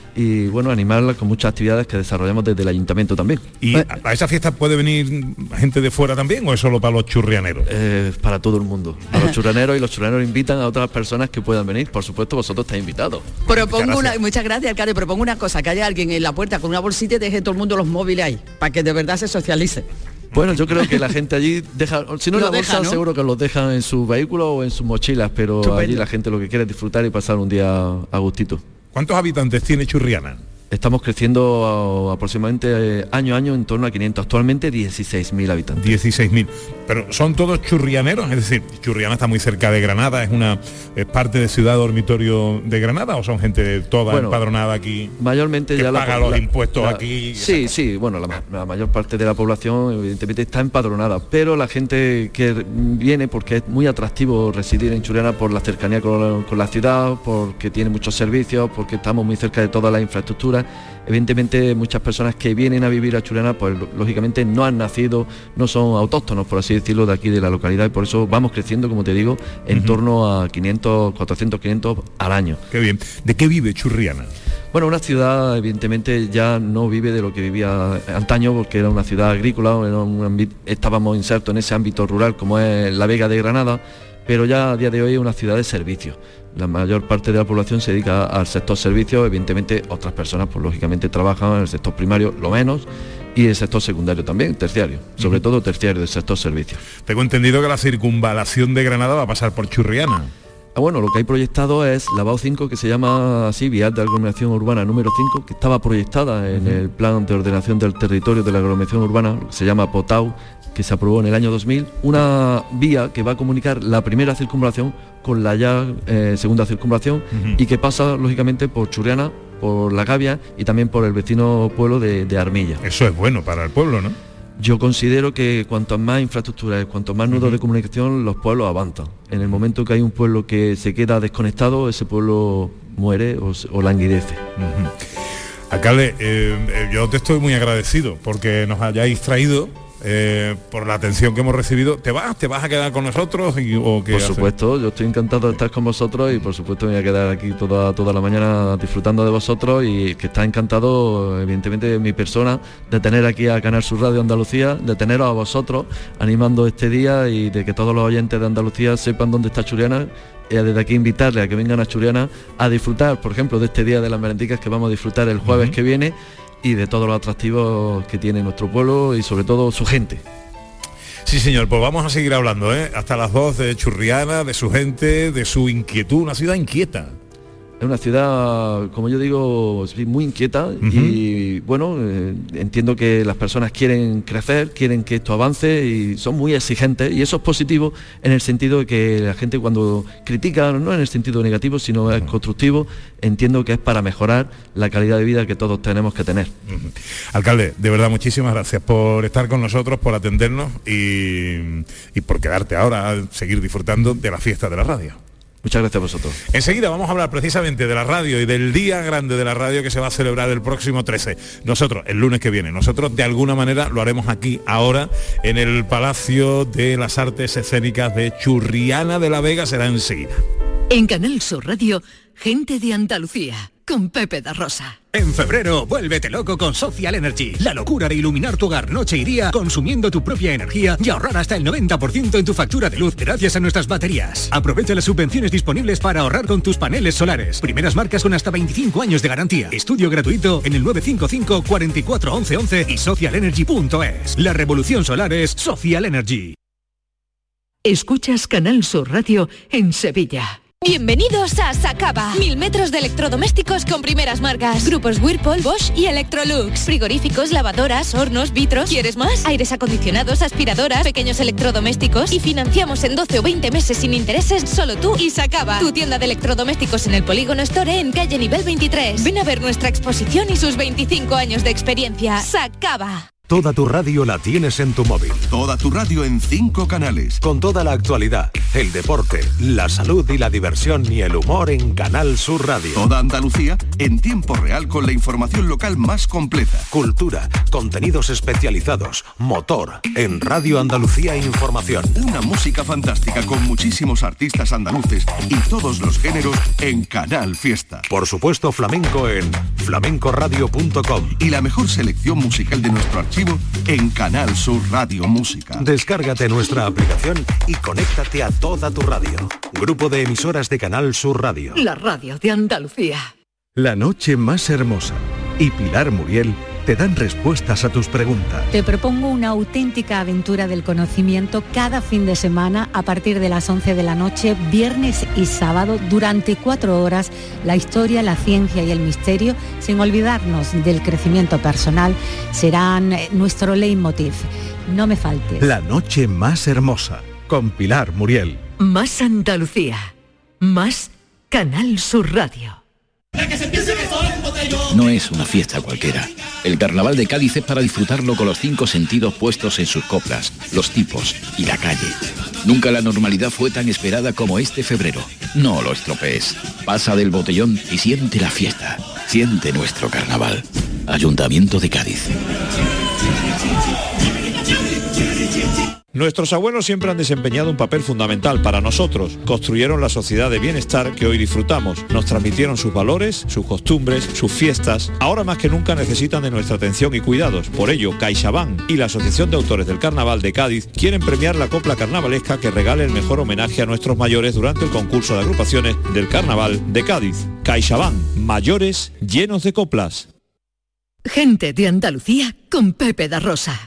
y bueno, animarla con muchas actividades que desarrollamos desde el ayuntamiento también. ¿Y a esa fiesta puede venir gente de fuera también o es solo para los churrianeros? Para todo el mundo, para los churrianeros, y los churrianeros invitan a otras personas que puedan venir. Por supuesto, vosotros estáis invitados. Muchas gracias, alcalde. Propongo una cosa, que haya alguien en la puerta con una bolsita y deje todo el mundo los móviles ahí, para que de verdad se socialice. Bueno, yo creo que la gente allí deja, si no en la bolsa, ¿no? Seguro que los dejan en sus vehículos o en sus mochilas, pero Estupendo. Allí la gente lo que quiere es disfrutar y pasar un día a gustito. ¿Cuántos habitantes tiene Churriana? Estamos creciendo aproximadamente año a año en torno a 500, actualmente 16.000 habitantes. 16.000, pero ¿son todos churrianeros? Es decir, Churriana está muy cerca de Granada, ¿es parte de ciudad dormitorio de Granada o son gente toda empadronada aquí? Mayormente que ya paga los impuestos aquí. Sí, bueno, la mayor parte de la población evidentemente está empadronada, pero la gente que viene, porque es muy atractivo residir en Churriana por la cercanía con la ciudad, porque tiene muchos servicios, porque estamos muy cerca de toda la infraestructura. Evidentemente muchas personas que vienen a vivir a Churriana pues lógicamente no han nacido, no son autóctonos, por así decirlo, de aquí de la localidad, y por eso vamos creciendo, como te digo, en torno a 500, 400, 500 al año. Qué bien. ¿De qué vive Churriana? Bueno, una ciudad evidentemente ya no vive de lo que vivía antaño, porque era una ciudad agrícola, estábamos insertos en ese ámbito rural como es la Vega de Granada, pero ya a día de hoy es una ciudad de servicios. La mayor parte de la población se dedica al sector servicios, evidentemente otras personas pues lógicamente trabajan en el sector primario, lo menos, y el sector secundario también, terciario, sobre todo terciario del sector servicios. Tengo entendido que la circunvalación de Granada va a pasar por Churriana. Bueno, lo que hay proyectado es la VAO 5, que se llama así, Vial de Aglomeración Urbana número 5, que estaba proyectada en el Plan de Ordenación del Territorio de la Aglomeración Urbana, que se llama POTAU, que se aprobó en el año 2000, una vía que va a comunicar la primera circunvalación con la ya segunda circunvalación y que pasa lógicamente por Churriana, por La Gavia y también por el vecino pueblo de Armilla. Eso es bueno para el pueblo, ¿no? Yo considero que cuanto más infraestructuras, cuanto más nudos de comunicación, los pueblos avanzan. En el momento que hay un pueblo que se queda desconectado, ese pueblo muere o languidece. Alcalde, yo te estoy muy agradecido porque nos hayáis traído, por la atención que hemos recibido. ¿Te vas a quedar con nosotros? ¿O qué? Por supuesto, yo estoy encantado de estar con vosotros y por supuesto me voy a quedar aquí toda la mañana disfrutando de vosotros, y que está encantado evidentemente de mi persona, de tener aquí a Canal Sur Radio Andalucía, de teneros a vosotros animando este día y de que todos los oyentes de Andalucía sepan dónde está Churriana. Desde aquí invitarles a que vengan a Churriana a disfrutar, por ejemplo, de este día de las merendicas que vamos a disfrutar el jueves que viene, y de todos los atractivos que tiene nuestro pueblo y sobre todo su gente. Sí, señor, pues vamos a seguir hablando, hasta las 2 de Churriana, de su gente, de su inquietud, una ciudad inquieta. Es una ciudad, como yo digo, muy inquieta y bueno, entiendo que las personas quieren crecer, quieren que esto avance y son muy exigentes, y eso es positivo en el sentido de que la gente cuando critica, no en el sentido negativo, sino es constructivo, entiendo que es para mejorar la calidad de vida que todos tenemos que tener. Alcalde, de verdad muchísimas gracias por estar con nosotros, por atendernos y por quedarte ahora a seguir disfrutando de la fiesta de la radio. Muchas gracias a vosotros. Enseguida vamos a hablar precisamente de la radio y del día grande de la radio que se va a celebrar el próximo 13. Nosotros, el lunes que viene, nosotros de alguna manera lo haremos aquí, ahora, en el Palacio de las Artes Escénicas de Churriana de la Vega, será enseguida. En Canal Sur Radio, Gente de Andalucía, con Pepe da Rosa. En febrero, vuélvete loco con Social Energy. La locura de iluminar tu hogar noche y día consumiendo tu propia energía y ahorrar hasta el 90% en tu factura de luz gracias a nuestras baterías. Aprovecha las subvenciones disponibles para ahorrar con tus paneles solares. Primeras marcas con hasta 25 años de garantía. Estudio gratuito en el 955 44 11 11 y socialenergy.es. La revolución solar es Social Energy. Escuchas Canal Sur Radio en Sevilla. Bienvenidos a Sacaba. 1000 metros de electrodomésticos con primeras marcas. Grupos Whirlpool, Bosch y Electrolux. Frigoríficos, lavadoras, hornos, vitros. ¿Quieres más? Aires acondicionados, aspiradoras, pequeños electrodomésticos. Y financiamos en 12 o 20 meses sin intereses, solo tú y Sacaba. Tu tienda de electrodomésticos en el Polígono Store en calle Nivel 23. Ven a ver nuestra exposición y sus 25 años de experiencia. Sacaba. Toda tu radio la tienes en tu móvil. Toda tu radio en 5 canales. Con toda la actualidad, el deporte, la salud y la diversión y el humor en Canal Sur Radio. Toda Andalucía en tiempo real con la información local más completa. Cultura, contenidos especializados, motor, en Radio Andalucía Información. Una música fantástica con muchísimos artistas andaluces y todos los géneros en Canal Fiesta. Por supuesto, flamenco en flamencoradio.com. Y la mejor selección musical de nuestro archivo en Canal Sur Radio Música. Descárgate nuestra aplicación y conéctate a toda tu radio. Grupo de emisoras de Canal Sur Radio. La radio de Andalucía. La noche más hermosa y Pilar Muriel te dan respuestas a tus preguntas. Te propongo una auténtica aventura del conocimiento cada fin de semana a partir de las 11 de la noche, viernes y sábado, durante 4 horas, la historia, la ciencia y el misterio, sin olvidarnos del crecimiento personal, serán nuestro leitmotiv. No me faltes. La noche más hermosa, con Pilar Muriel. Más Andalucía. Más Canal Sur Radio. No es una fiesta cualquiera. El Carnaval de Cádiz es para disfrutarlo con los 5 sentidos puestos en sus coplas, los tipos y la calle. Nunca la normalidad fue tan esperada como este febrero. No lo estropees. Pasa del botellón y siente la fiesta. Siente nuestro carnaval. Ayuntamiento de Cádiz. Nuestros abuelos siempre han desempeñado un papel fundamental para nosotros. Construyeron la sociedad de bienestar que hoy disfrutamos. Nos transmitieron sus valores, sus costumbres, sus fiestas. Ahora más que nunca necesitan de nuestra atención y cuidados. Por ello, CaixaBank y la Asociación de Autores del Carnaval de Cádiz quieren premiar la copla carnavalesca que regale el mejor homenaje a nuestros mayores durante el concurso de agrupaciones del Carnaval de Cádiz. CaixaBank, mayores llenos de coplas. Gente de Andalucía con Pepe da Rosa.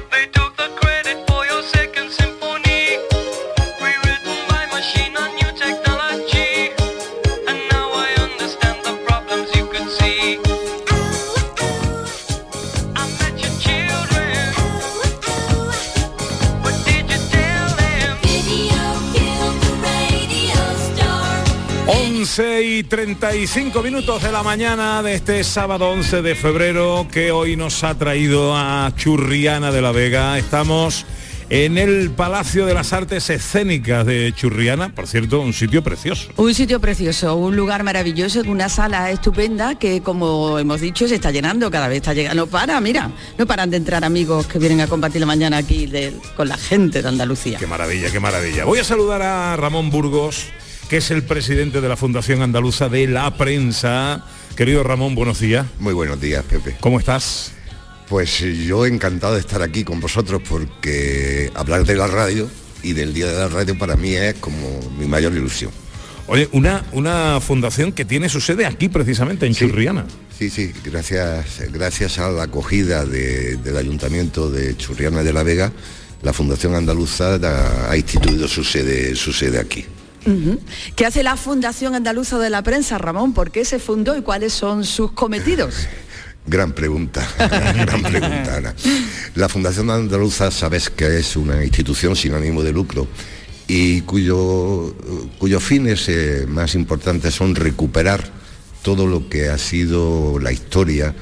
Y 35 minutos de la mañana de este sábado 11 de febrero, que hoy nos ha traído a Churriana de la Vega. Estamos en el Palacio de las Artes Escénicas de Churriana, por cierto, un sitio precioso. Un sitio precioso, un lugar maravilloso, una sala estupenda que, como hemos dicho, se está llenando, cada vez está llegando. No paran de entrar amigos que vienen a compartir la mañana aquí con la gente de Andalucía. Qué maravilla, qué maravilla. Voy a saludar a Ramón Burgos, que es el presidente de la Fundación Andaluza de la Prensa. Querido Ramón, buenos días. Muy buenos días, Pepe. ¿Cómo estás? Pues yo encantado de estar aquí con vosotros, porque hablar de la radio y del Día de la Radio para mí es como mi mayor ilusión. Oye, una fundación que tiene su sede aquí precisamente, en Churriana. Sí, gracias a la acogida del Ayuntamiento de Churriana de la Vega, la Fundación Andaluza ha instituido su sede aquí. ¿Qué hace la Fundación Andaluza de la Prensa, Ramón? ¿Por qué se fundó y cuáles son sus cometidos? Gran pregunta, Ana. La Fundación Andaluza, sabes que es una institución sin ánimo de lucro y cuyos fines más importantes son recuperar todo lo que ha sido la historia,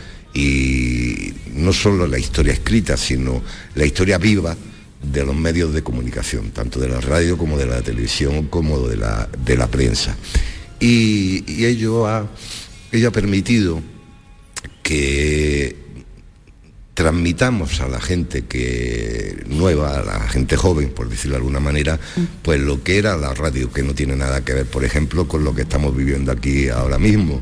y no solo la historia escrita, sino la historia viva de los medios de comunicación, tanto de la radio como de la televisión, como de la prensa. Y ello ha permitido que transmitamos a la gente nueva, a la gente joven, por decirlo de alguna manera, pues lo que era la radio, que no tiene nada que ver, por ejemplo, con lo que estamos viviendo aquí ahora mismo,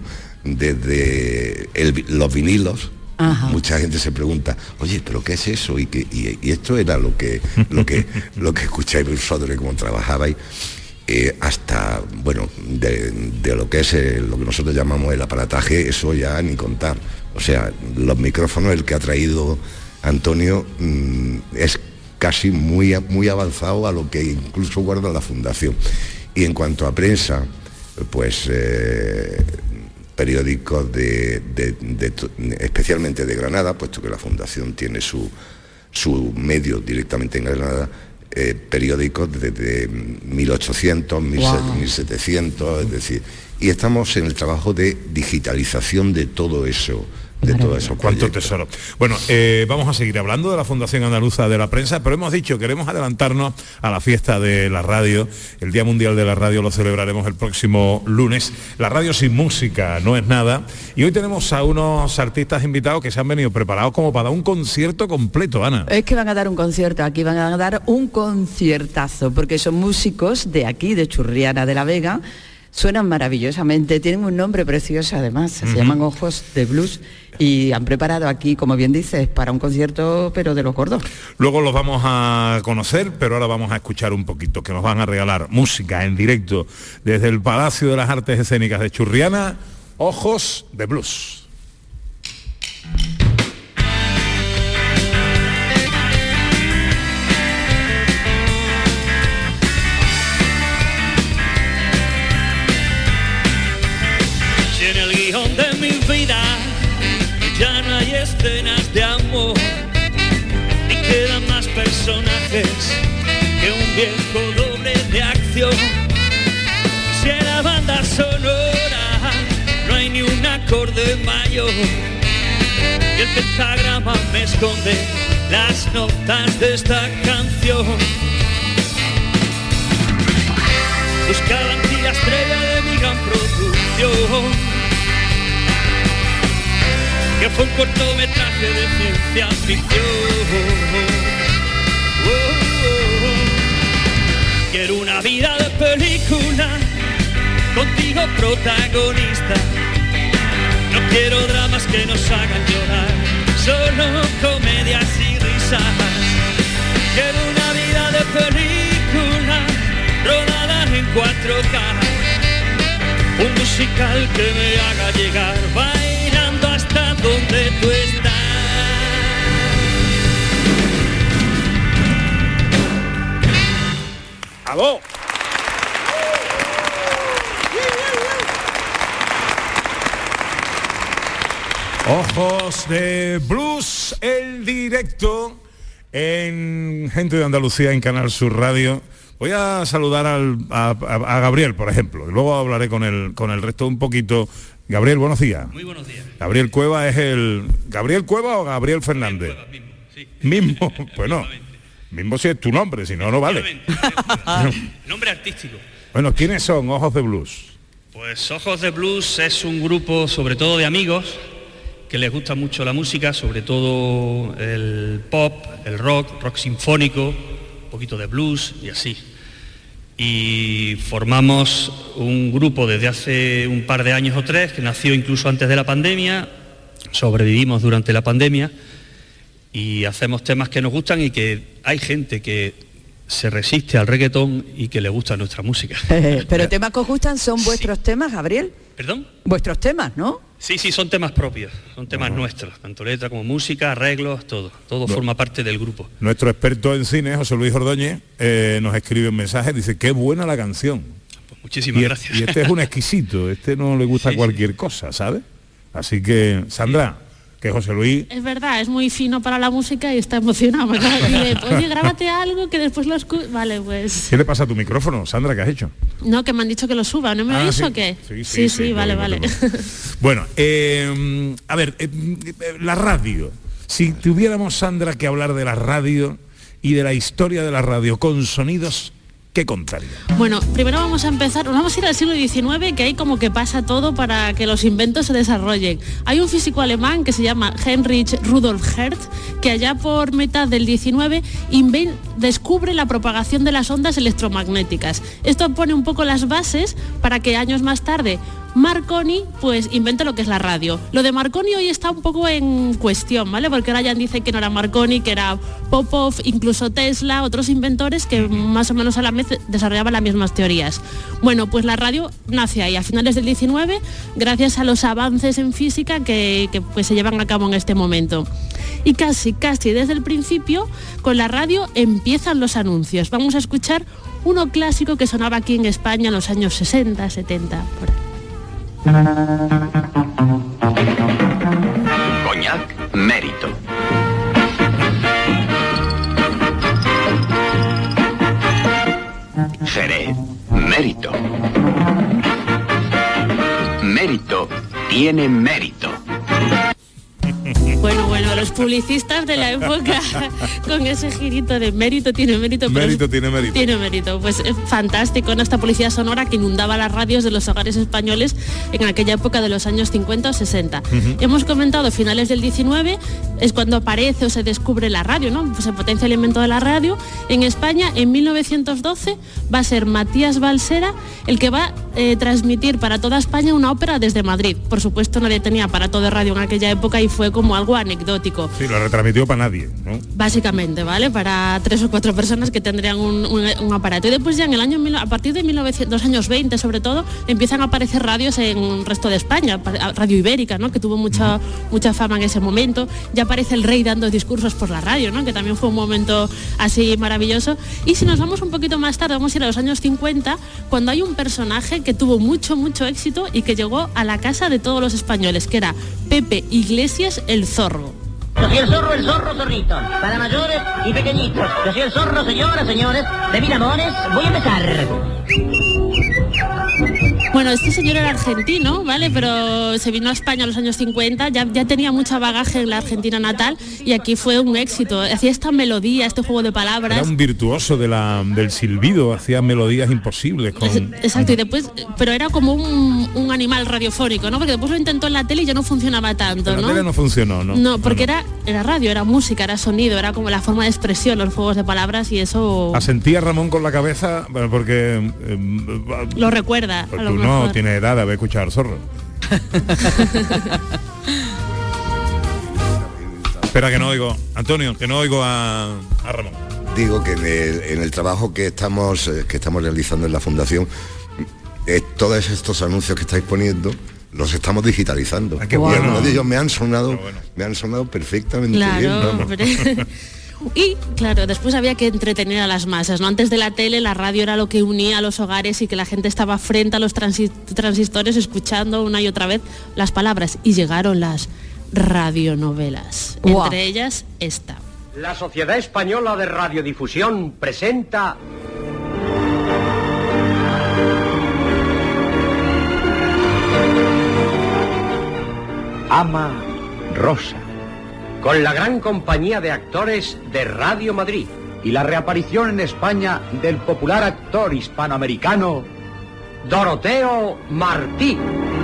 desde los vinilos. Ajá. Mucha gente se pregunta, oye, ¿pero qué es eso? Y esto era lo que escucháis vosotros y cómo trabajabais, hasta, bueno, de lo que es lo que nosotros llamamos el aparataje, eso ya ni contar. O sea, los micrófonos, el que ha traído Antonio, es casi muy avanzado a lo que incluso guarda la Fundación. Y en cuanto a prensa, pues periódicos especialmente de Granada, puesto que la Fundación tiene su medio directamente en Granada, periódicos desde 1800, 1700, es decir, y estamos en el trabajo de digitalización de todo eso. Cuánto tesoro. Bueno, vamos a seguir hablando de la Fundación Andaluza de la Prensa, pero hemos dicho, queremos adelantarnos a la fiesta de la radio. El Día Mundial de la Radio lo celebraremos el próximo lunes. La radio sin música no es nada. Y hoy tenemos a unos artistas invitados que se han venido preparados como para dar un concierto completo, Ana. Es que van a dar un concierto, aquí van a dar un conciertazo, porque son músicos de aquí, de Churriana de la Vega, Suenan maravillosamente, tienen un nombre precioso además, se llaman Ojos de Blues y han preparado aquí, como bien dices, para un concierto, pero de los gordos. Luego los vamos a conocer, pero ahora vamos a escuchar un poquito, que nos van a regalar música en directo desde el Palacio de las Artes Escénicas de Churriana, Ojos de Blues. De mi vida ya no hay escenas de amor ni quedan más personajes que un viejo doble de acción. Si en la banda sonora no hay ni un acorde mayor y el pentagrama me esconde las notas de esta canción. Buscaba en ti la estrella de mi gran producción, que fue un cortometraje de ciencia ficción. Quiero una vida de película, contigo protagonista. No quiero dramas que nos hagan llorar, solo comedias y risas. Quiero una vida de película, rodada en 4K. Un musical que me haga llegar bailando hasta donde tú estás. ¡Bravo! Ojos de Blues, el directo en Gente de Andalucía en Canal Sur Radio. Voy a saludar a Gabriel, por ejemplo, y luego hablaré con el resto un poquito. Gabriel, buenos días. Muy buenos días. Gabriel Cueva es el... ¿Gabriel Cueva o Gabriel Fernández? Cueva, mismo, sí. Mismo, bueno, mismo si es tu nombre, si no, no vale. Nombre artístico. Bueno, ¿quiénes son Ojos de Blues? Pues Ojos de Blues es un grupo sobre todo de amigos que les gusta mucho la música, sobre todo el pop, el rock sinfónico, un poquito de blues y así. Y formamos un grupo desde hace un par de años o 3, que nació incluso antes de la pandemia, sobrevivimos durante la pandemia y hacemos temas que nos gustan y que hay gente que se resiste al reggaetón y que le gusta nuestra música. Pero temas que os gustan son vuestros temas, Gabriel. ¿Perdón? Vuestros temas, ¿no? Sí, son temas propios, son temas nuestros, tanto letra como música, arreglos, todo forma parte del grupo. Nuestro experto en cine, José Luis Ordóñez, nos escribe un mensaje, dice, qué buena la canción. Pues muchísimas gracias. Y este es un exquisito, este no le gusta cualquier cosa, ¿sabes? Así que, Sandra, que José Luis... Es verdad, es muy fino para la música y está emocionado. Me acaba de decir, oye, grábate algo que después lo escuches. Vale, pues... ¿Qué le pasa a tu micrófono, Sandra? ¿Qué has hecho? No, que me han dicho que lo suba, ¿no me habéis o qué? Sí, vale. Bueno, a ver, la radio. Si tuviéramos, Sandra, que hablar de la radio y de la historia de la radio con sonidos, ¿qué contaría? Bueno, primero vamos a ir al siglo XIX, que ahí como que pasa todo para que los inventos se desarrollen. Hay un físico alemán que se llama Heinrich Rudolf Hertz, que allá por mitad del XIX descubre la propagación de las ondas electromagnéticas. Esto pone un poco las bases para que años más tarde Marconi pues inventa lo que es la radio. Lo de Marconi hoy está un poco en cuestión, ¿vale? Porque ahora ya dicen que no era Marconi, que era Popov, incluso Tesla, otros inventores que más o menos a la vez desarrollaban las mismas teorías. Bueno, pues la radio nace ahí a finales del 19 gracias a los avances en física que pues se llevan a cabo en este momento. Y casi desde el principio con la radio empiezan los anuncios. Vamos a escuchar uno clásico que sonaba aquí en España en los años 60, 70, por ahí. Coñac Mérito. Jerez Mérito. Mérito tiene mérito. Bueno, publicistas de la época con ese girito de mérito tiene mérito. Tiene mérito. Tiene mérito. Pues es fantástico, ¿no? Esta publicidad sonora que inundaba las radios de los hogares españoles en aquella época de los años 50 o 60. Hemos comentado finales del 19, es cuando aparece o se descubre la radio, ¿no? Pues se potencia el invento de la radio. En España, en 1912, va a ser Matías Balsera el que va a transmitir para toda España una ópera desde Madrid. Por supuesto, nadie tenía aparato de radio en aquella época y fue como algo anecdótico. Sí, lo retransmitió para nadie, ¿no? Básicamente, ¿vale? Para 3 o 4 personas que tendrían un aparato. Y después ya en el año, a partir de los años 20 sobre todo, empiezan a aparecer radios en el resto de España. Radio Ibérica, ¿no? Que tuvo mucha fama en ese momento. Ya aparece el rey dando discursos por la radio, ¿no? Que también fue un momento así maravilloso. Y si nos vamos un poquito más tarde, vamos a ir a los años 50, cuando hay un personaje que tuvo mucho éxito y que llegó a la casa de todos los españoles, que era Pepe Iglesias el Zorro. Yo soy el zorro, zorrito, para mayores y pequeñitos. Yo soy el zorro, señoras, señores, de Miramones. Voy a empezar. Bueno, este señor era argentino, ¿vale? Pero se vino a España en los años 50, ya tenía mucha bagaje en la Argentina natal y aquí fue un éxito. Hacía esta melodía, este juego de palabras. Era un virtuoso del silbido, hacía melodías imposibles. Exacto, y después, pero era como un animal radiofónico, ¿no? Porque después lo intentó en la tele y ya no funcionaba tanto, ¿no? En la tele no funcionó, ¿no? No, porque era radio, era música, era sonido, era como la forma de expresión, los juegos de palabras y eso... Asentía Ramón con la cabeza porque... lo recuerda, a lo mejor. No tiene edad de haber escuchado al zorro. Espera que no oigo, Antonio, que no oigo a Ramón. Digo que en el trabajo que estamos realizando en la fundación, todos estos anuncios que estáis poniendo los estamos digitalizando. Qué bueno. Y algunos de ellos me han sonado perfectamente bien. Y claro, después había que entretener a las masas, ¿no? Antes de la tele, la radio era lo que unía a los hogares y que la gente estaba frente a los transistores escuchando una y otra vez las palabras. Y llegaron las radionovelas. Wow. Entre ellas esta. La Sociedad Española de Radiodifusión presenta... Ama Rosa, con la gran compañía de actores de Radio Madrid y la reaparición en España del popular actor hispanoamericano Doroteo Martí.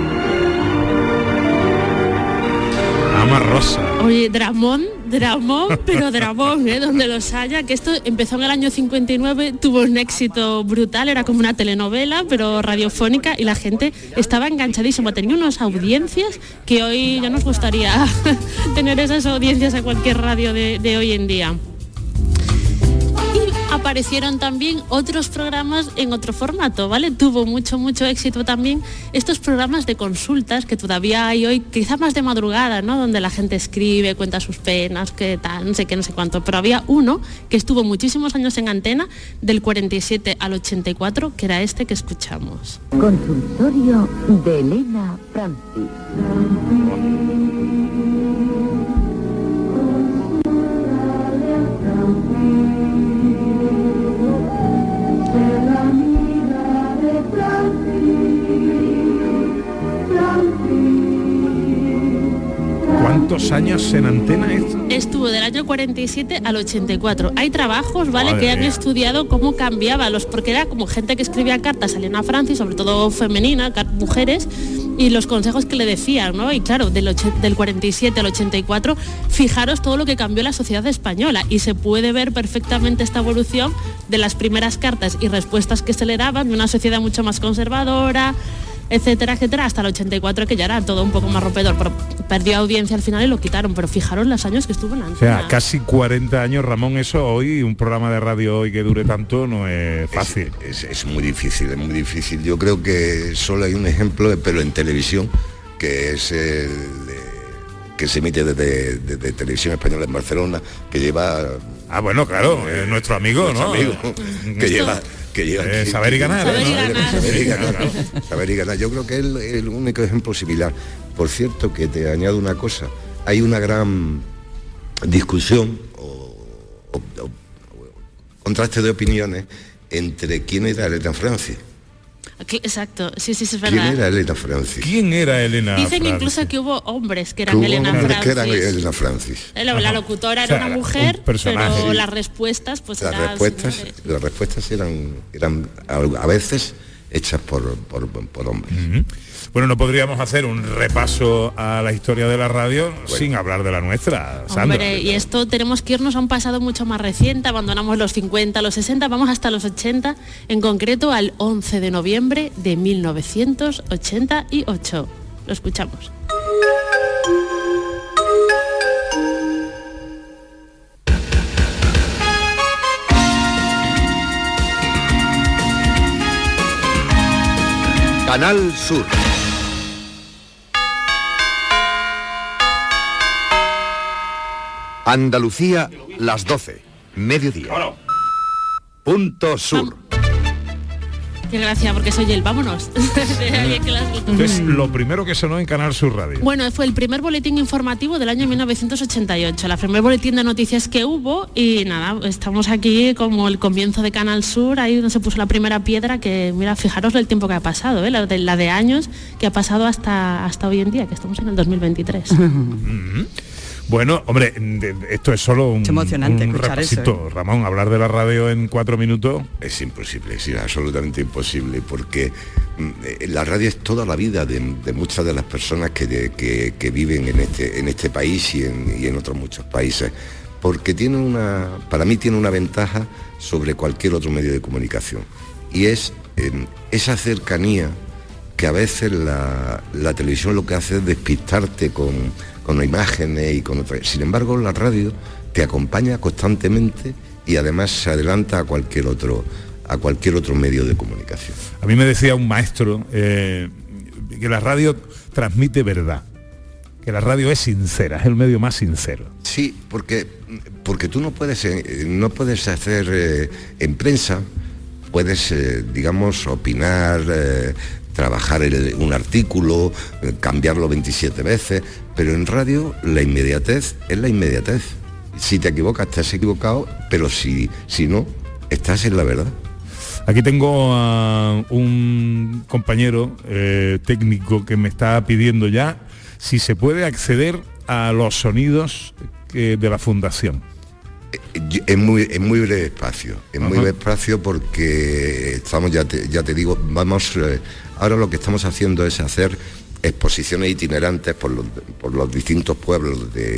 Ama Rosa. Oye, Dramón, pero Dramón, donde los haya, que esto empezó en el año 59, tuvo un éxito brutal, era como una telenovela, pero radiofónica, y la gente estaba enganchadísima, tenía unas audiencias que hoy ya nos gustaría tener esas audiencias a cualquier radio de hoy en día. Aparecieron también otros programas en otro formato, ¿vale? Tuvo mucho éxito también estos programas de consultas que todavía hay hoy, quizá más de madrugada, ¿no? Donde la gente escribe, cuenta sus penas, qué tal, no sé qué, no sé cuánto. Pero había uno que estuvo muchísimos años en antena, del 47 al 84, que era este que escuchamos. Consultorio de Elena Francis. ¿Cuántos años en antena esto? Estuvo del año 47 al 84. Hay trabajos, ¿vale?, que han estudiado cómo cambiaba porque era como gente que escribía cartas a Elena Francis, sobre todo femenina, mujeres, y los consejos que le decían, ¿no? Y claro, del 47 al 84, fijaros todo lo que cambió la sociedad española, y se puede ver perfectamente esta evolución de las primeras cartas y respuestas que se le daban, de una sociedad mucho más conservadora, etcétera, hasta el 84, que ya era todo un poco más rompedor, pero perdió audiencia al final y lo quitaron, pero fijaros los años que estuvo en antena. O sea, casi 40 años, Ramón, eso hoy, un programa de radio hoy que dure tanto no es fácil. Es muy difícil, es muy difícil. Yo creo que solo hay un ejemplo, pero en televisión, que es el que se emite desde Televisión Española en Barcelona, que lleva... Ah, bueno, claro, nuestro amigo, ¿no? Amigo, que lleva saber y ganar. Saber y ganar. Yo creo que es el único ejemplo similar. Por cierto, que te añado una cosa, hay una gran discusión o contraste de opiniones entre quién era Elena Francis. Exacto, sí, es verdad. ¿Quién era Elena Francis? ¿Quién era Elena Dicen Francis? Incluso que hubo hombres que eran Elena Francis. Que eran Elena Francis. La locutora era una mujer, pero las respuestas pues las respuestas eran a veces hechas por hombres. Bueno, no podríamos hacer un repaso a la historia de la radio sin hablar de la nuestra, Sandra. Hombre, y esto tenemos que irnos a un pasado mucho más reciente, abandonamos los 50, los 60, vamos hasta los 80, en concreto al 11 de noviembre de 1988. Lo escuchamos. Canal Sur. Andalucía, las 12, mediodía. Punto Sur. Qué gracia, porque soy el vámonos. Entonces, lo primero que sonó en Canal Sur Radio. Bueno, fue el primer boletín informativo del año 1988, la primer boletín de noticias que hubo, y nada, estamos aquí como el comienzo de Canal Sur, ahí donde se puso la primera piedra, que mira, fijaros el tiempo que ha pasado, la de años que ha pasado hasta hoy en día, que estamos en el 2023. Bueno, hombre, esto es solo un repasito, Ramón, hablar de la radio en 4 minutos. Es imposible, es absolutamente imposible, porque la radio es toda la vida de muchas de las personas que viven en este país y en otros muchos países, porque para mí tiene una ventaja sobre cualquier otro medio de comunicación, y es esa cercanía que a veces la televisión lo que hace es despistarte con imágenes y con otras. Sin embargo, la radio te acompaña constantemente y además se adelanta a cualquier otro medio de comunicación. A mí me decía un maestro que la radio transmite verdad, que la radio es sincera, es el medio más sincero. Sí, porque tú no puedes hacer en prensa, puedes, digamos, opinar, trabajar un artículo, cambiarlo 27 veces, pero en radio la inmediatez es la inmediatez. Si te equivocas, te has equivocado, pero si no, estás en la verdad. Aquí tengo a un compañero técnico que me está pidiendo ya si se puede acceder a los sonidos de la fundación. En muy breve espacio, breve espacio, porque estamos, ya te digo, ahora lo que estamos haciendo es hacer exposiciones itinerantes por los distintos pueblos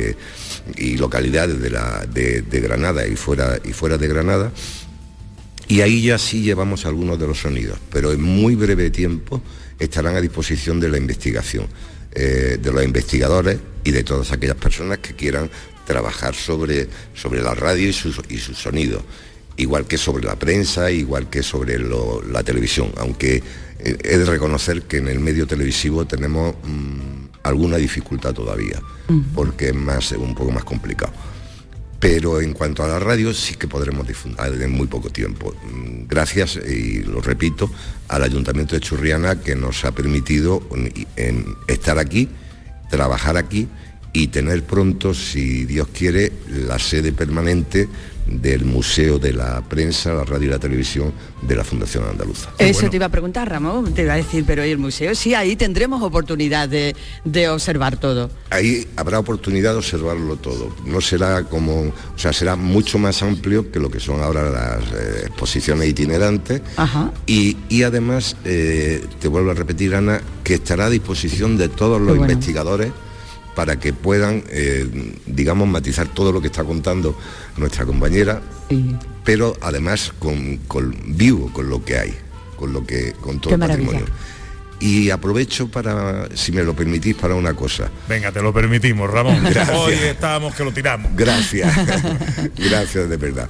y localidades de Granada y fuera de Granada, y ahí ya sí llevamos algunos de los sonidos, pero en muy breve tiempo estarán a disposición de la investigación, de los investigadores y de todas aquellas personas que quieran trabajar sobre la radio y sus sonidos, igual que sobre la prensa, igual que sobre la televisión, aunque he de reconocer que en el medio televisivo tenemos alguna dificultad todavía, porque es un poco más complicado. Pero en cuanto a la radio sí que podremos difundir en muy poco tiempo, gracias, y lo repito, al Ayuntamiento de Churriana, que nos ha permitido estar aquí, trabajar aquí y tener pronto, si Dios quiere, la sede permanente del Museo de la Prensa, la Radio y la Televisión de la Fundación Andaluza. Eso te iba a preguntar, Ramón, te iba a decir, pero ¿y el museo? Sí, ahí tendremos oportunidad de observar todo. Ahí habrá oportunidad de observarlo todo. No será será mucho más amplio que lo que son ahora las exposiciones itinerantes. Ajá. Y además, te vuelvo a repetir, Ana, que estará a disposición de todos los investigadores para que puedan, digamos, matizar todo lo que está contando nuestra compañera, pero además con vivo, con lo que hay, con todo el patrimonio. Y aprovecho para, si me lo permitís, para una cosa. Venga, te lo permitimos, Ramón. Gracias. Hoy estábamos que lo tiramos. Gracias, gracias de verdad.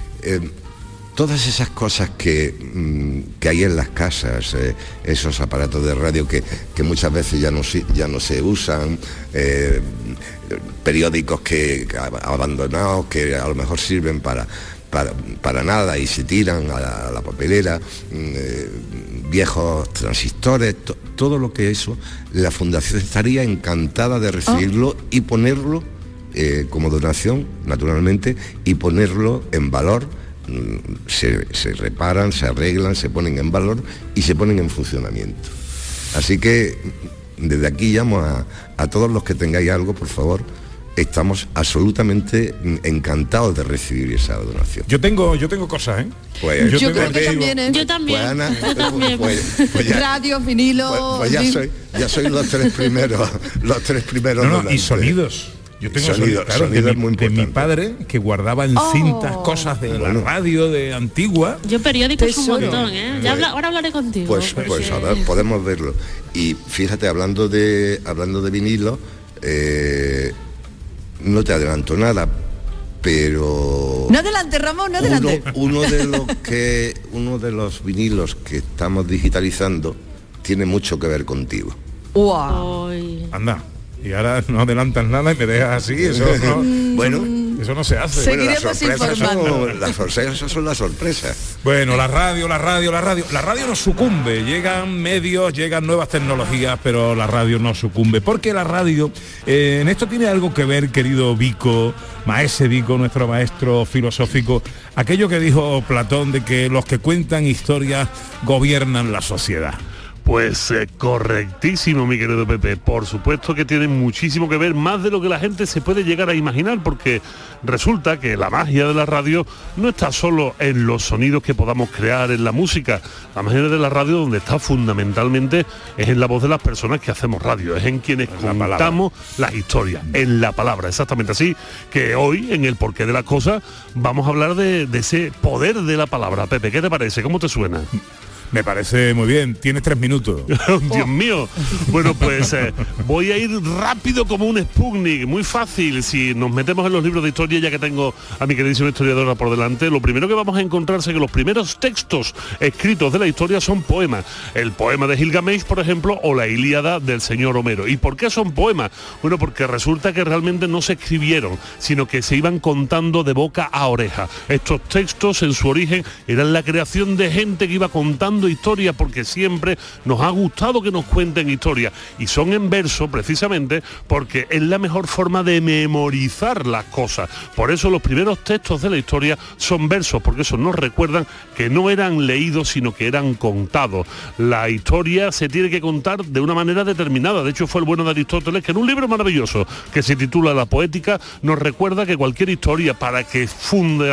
Todas esas cosas que hay en las casas, esos aparatos de radio que muchas veces ya no se usan, periódicos abandonados que a lo mejor sirven para nada y se tiran a la papelera, viejos transistores, todo lo que eso, la Fundación estaría encantada de recibirlo y ponerlo como donación, naturalmente, y ponerlo en valor se reparan, se arreglan, se ponen en valor y se ponen en funcionamiento. Así que desde aquí llamo a todos los que tengáis algo, por favor. Estamos absolutamente encantados de recibir esa donación. Yo tengo cosas, ¿eh? Pues, yo creo que también, ¿eh? Yo también. Pues, Ana, yo también. Pues ya, radio, vinilo. Pues ya soy los tres primeros. No, y sonidos. Yo tengo sonidos, claro, sonido es muy importante. De mi padre, que guardaba en cintas cosas de la radio de antigua. Yo periódicos un montón, ¿eh? Ahora hablaré contigo. Pues ahora podemos verlo. Y fíjate, hablando de vinilo, no te adelanto nada, pero no adelante, Ramón, no adelante. Uno de los vinilos que estamos digitalizando tiene mucho que ver contigo. Wow. Anda. Y ahora no adelantas nada y me dejas así, eso no. Bueno, eso no se hace. Seguiremos informando. Las sorpresas son las sorpresas. Bueno, la radio no sucumbe. Llegan medios, llegan nuevas tecnologías, pero la radio no sucumbe. Porque la radio, en esto tiene algo que ver, querido Vico, maese Vico, nuestro maestro filosófico, aquello que dijo Platón de que los que cuentan historias gobiernan la sociedad. Pues correctísimo, mi querido Pepe. Por supuesto que tiene muchísimo que ver, más de lo que la gente se puede llegar a imaginar, porque resulta que la magia de la radio no está solo en los sonidos que podamos crear en la música. La magia de la radio, donde está fundamentalmente, es en la voz de las personas que hacemos radio, es en quienes contamos las historias, en la palabra, exactamente así. Que hoy, en el porqué de las cosas, vamos a hablar de ese poder de la palabra. Pepe, ¿qué te parece? ¿Cómo te suena? Me parece muy bien, tienes 3 minutos. Dios mío. Bueno, pues voy a ir rápido como un Sputnik, muy fácil. Si nos metemos en los libros de historia, ya que tengo a mi queridísima historiadora por delante, lo primero que vamos a encontrarse es que los primeros textos escritos de la historia son poemas. El poema de Gilgamesh, por ejemplo, o la Ilíada del señor Homero. ¿Y por qué son poemas? Bueno, porque resulta que realmente no se escribieron, sino que se iban contando de boca a oreja. Estos textos, en su origen, eran la creación de gente que iba contando historia, porque siempre nos ha gustado que nos cuenten historias, y son en verso precisamente porque es la mejor forma de memorizar las cosas. Por eso los primeros textos de la historia son versos, porque eso nos recuerdan que no eran leídos, sino que eran contados. La historia se tiene que contar de una manera determinada. De hecho, fue el bueno de Aristóteles, que en un libro maravilloso que se titula La Poética, nos recuerda que cualquier historia, para que funda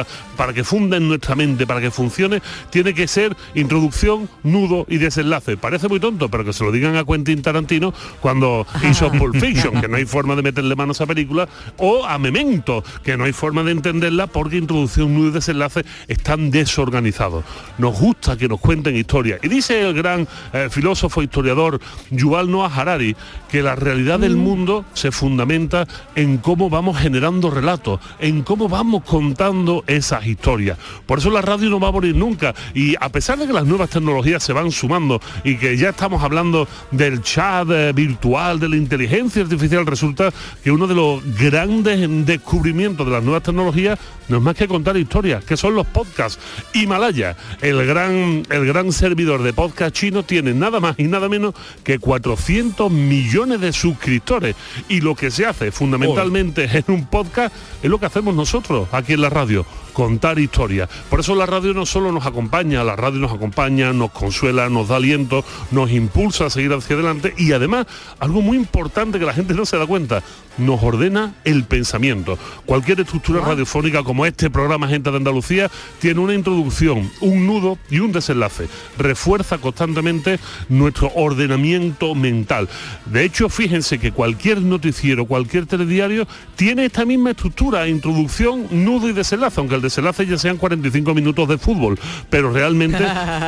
en nuestra mente, para que funcione, tiene que ser introducción, nudo y desenlace. Parece muy tonto, pero que se lo digan a Quentin Tarantino cuando hizo Pulp Fiction, que no hay forma de meterle mano a esa película, o a Memento, que no hay forma de entenderla porque introducción, nudo y desenlace están desorganizados. Nos gusta que nos cuenten historias. Y dice el gran filósofo historiador Yuval Noah Harari que la realidad del mundo se fundamenta en cómo vamos generando relatos, en cómo vamos contando esas historias. Por eso la radio no va a morir nunca, y a pesar de que las nuevas tecnologías se van sumando y que ya estamos hablando del chat virtual, de la inteligencia artificial, resulta que uno de los grandes descubrimientos de las nuevas tecnologías no es más que contar historias, que son los podcasts. Himalaya, el gran servidor de podcast chino, tiene nada más y nada menos que 400 millones de suscriptores, y lo que se hace fundamentalmente en un podcast es lo que hacemos nosotros aquí en la radio, contar historias. Por eso la radio no solo nos acompaña, la radio nos acompaña, nos consuela, nos da aliento, nos impulsa a seguir hacia adelante, y además, algo muy importante que la gente no se da cuenta, nos ordena el pensamiento. Cualquier estructura radiofónica como este programa Gente de Andalucía tiene una introducción, un nudo y un desenlace. Refuerza constantemente nuestro ordenamiento mental. De hecho, fíjense que cualquier noticiero, cualquier telediario tiene esta misma estructura: introducción, nudo y desenlace, aunque el desenlace ya sean 45 minutos de fútbol, pero realmente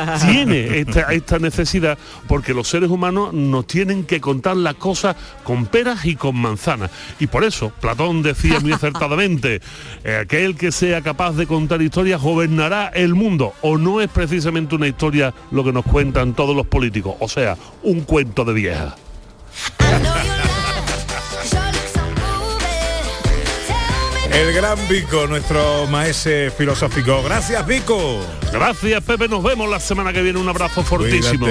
tiene esta necesidad, porque los seres humanos nos tienen que contar las cosas con peras y con manzanas. Y por eso Platón decía muy acertadamente, aquel que sea capaz de contar historias gobernará el mundo. ¿O no es precisamente una historia lo que nos cuentan todos los políticos? O sea, un cuento de vieja. El gran Vico, nuestro maese filosófico. Gracias, Vico. Gracias, Pepe. Nos vemos la semana que viene. Un abrazo fortísimo.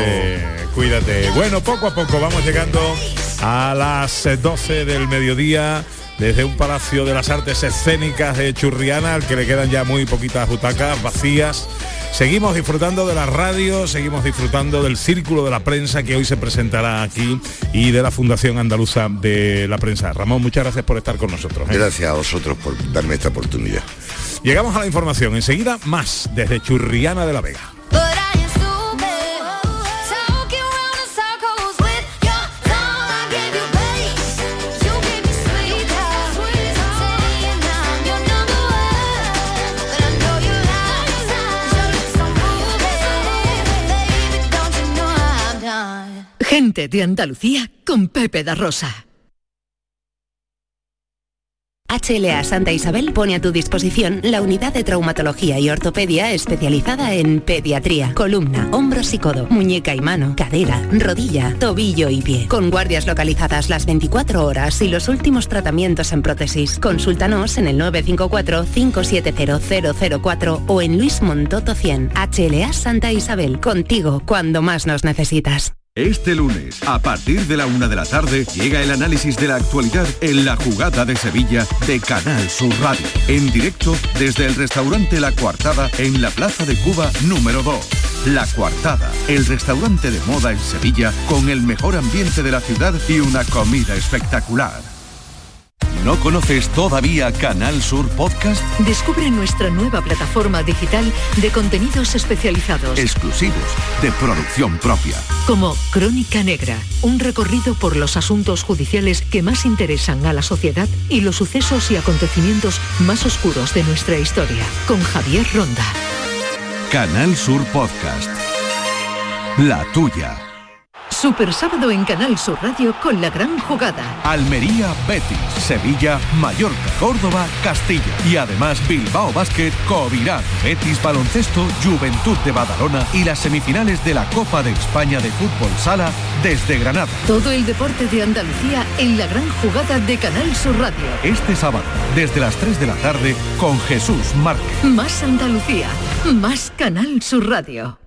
Cuídate. Bueno, poco a poco vamos llegando a las 12 del mediodía. desde un Palacio de las Artes Escénicas de Churriana, al que le quedan ya muy poquitas butacas vacías. Seguimos disfrutando de la radio, seguimos disfrutando del Círculo de la Prensa que hoy se presentará aquí y de la Fundación Andaluza de la Prensa. Ramón, muchas gracias por estar con nosotros. Gracias a vosotros por darme esta oportunidad. Llegamos a la información. Enseguida más desde Churriana de la Vega. Gente de Andalucía con Pepe da Rosa. HLA Santa Isabel pone a tu disposición la unidad de traumatología y ortopedia especializada en pediatría, columna, hombros y codo, muñeca y mano, cadera, rodilla, tobillo y pie. Con guardias localizadas las 24 horas y los últimos tratamientos en prótesis. Consúltanos en el 954-570004 o en Luis Montoto 100. HLA Santa Isabel, contigo cuando más nos necesitas. Este lunes, a partir de la 1 de la tarde, llega el análisis de la actualidad en La Jugada de Sevilla de Canal Sur Radio. En directo desde el restaurante La Coartada en la Plaza de Cuba número 2. La Coartada, el restaurante de moda en Sevilla con el mejor ambiente de la ciudad y una comida espectacular. ¿No conoces todavía Canal Sur Podcast? Descubre nuestra nueva plataforma digital de contenidos especializados. Exclusivos, de producción propia. Como Crónica Negra, un recorrido por los asuntos judiciales que más interesan a la sociedad y los sucesos y acontecimientos más oscuros de nuestra historia. Con Javier Ronda. Canal Sur Podcast. La tuya. Super sábado en Canal Sur Radio con La Gran Jugada. Almería, Betis, Sevilla, Mallorca, Córdoba, Castilla. Y además Bilbao Basket, Covirán, Betis Baloncesto, Juventud de Badalona y las semifinales de la Copa de España de Fútbol Sala desde Granada. Todo el deporte de Andalucía en La Gran Jugada de Canal Sur Radio. Este sábado, desde las 3 de la tarde, con Jesús Márquez. Más Andalucía, más Canal Sur Radio.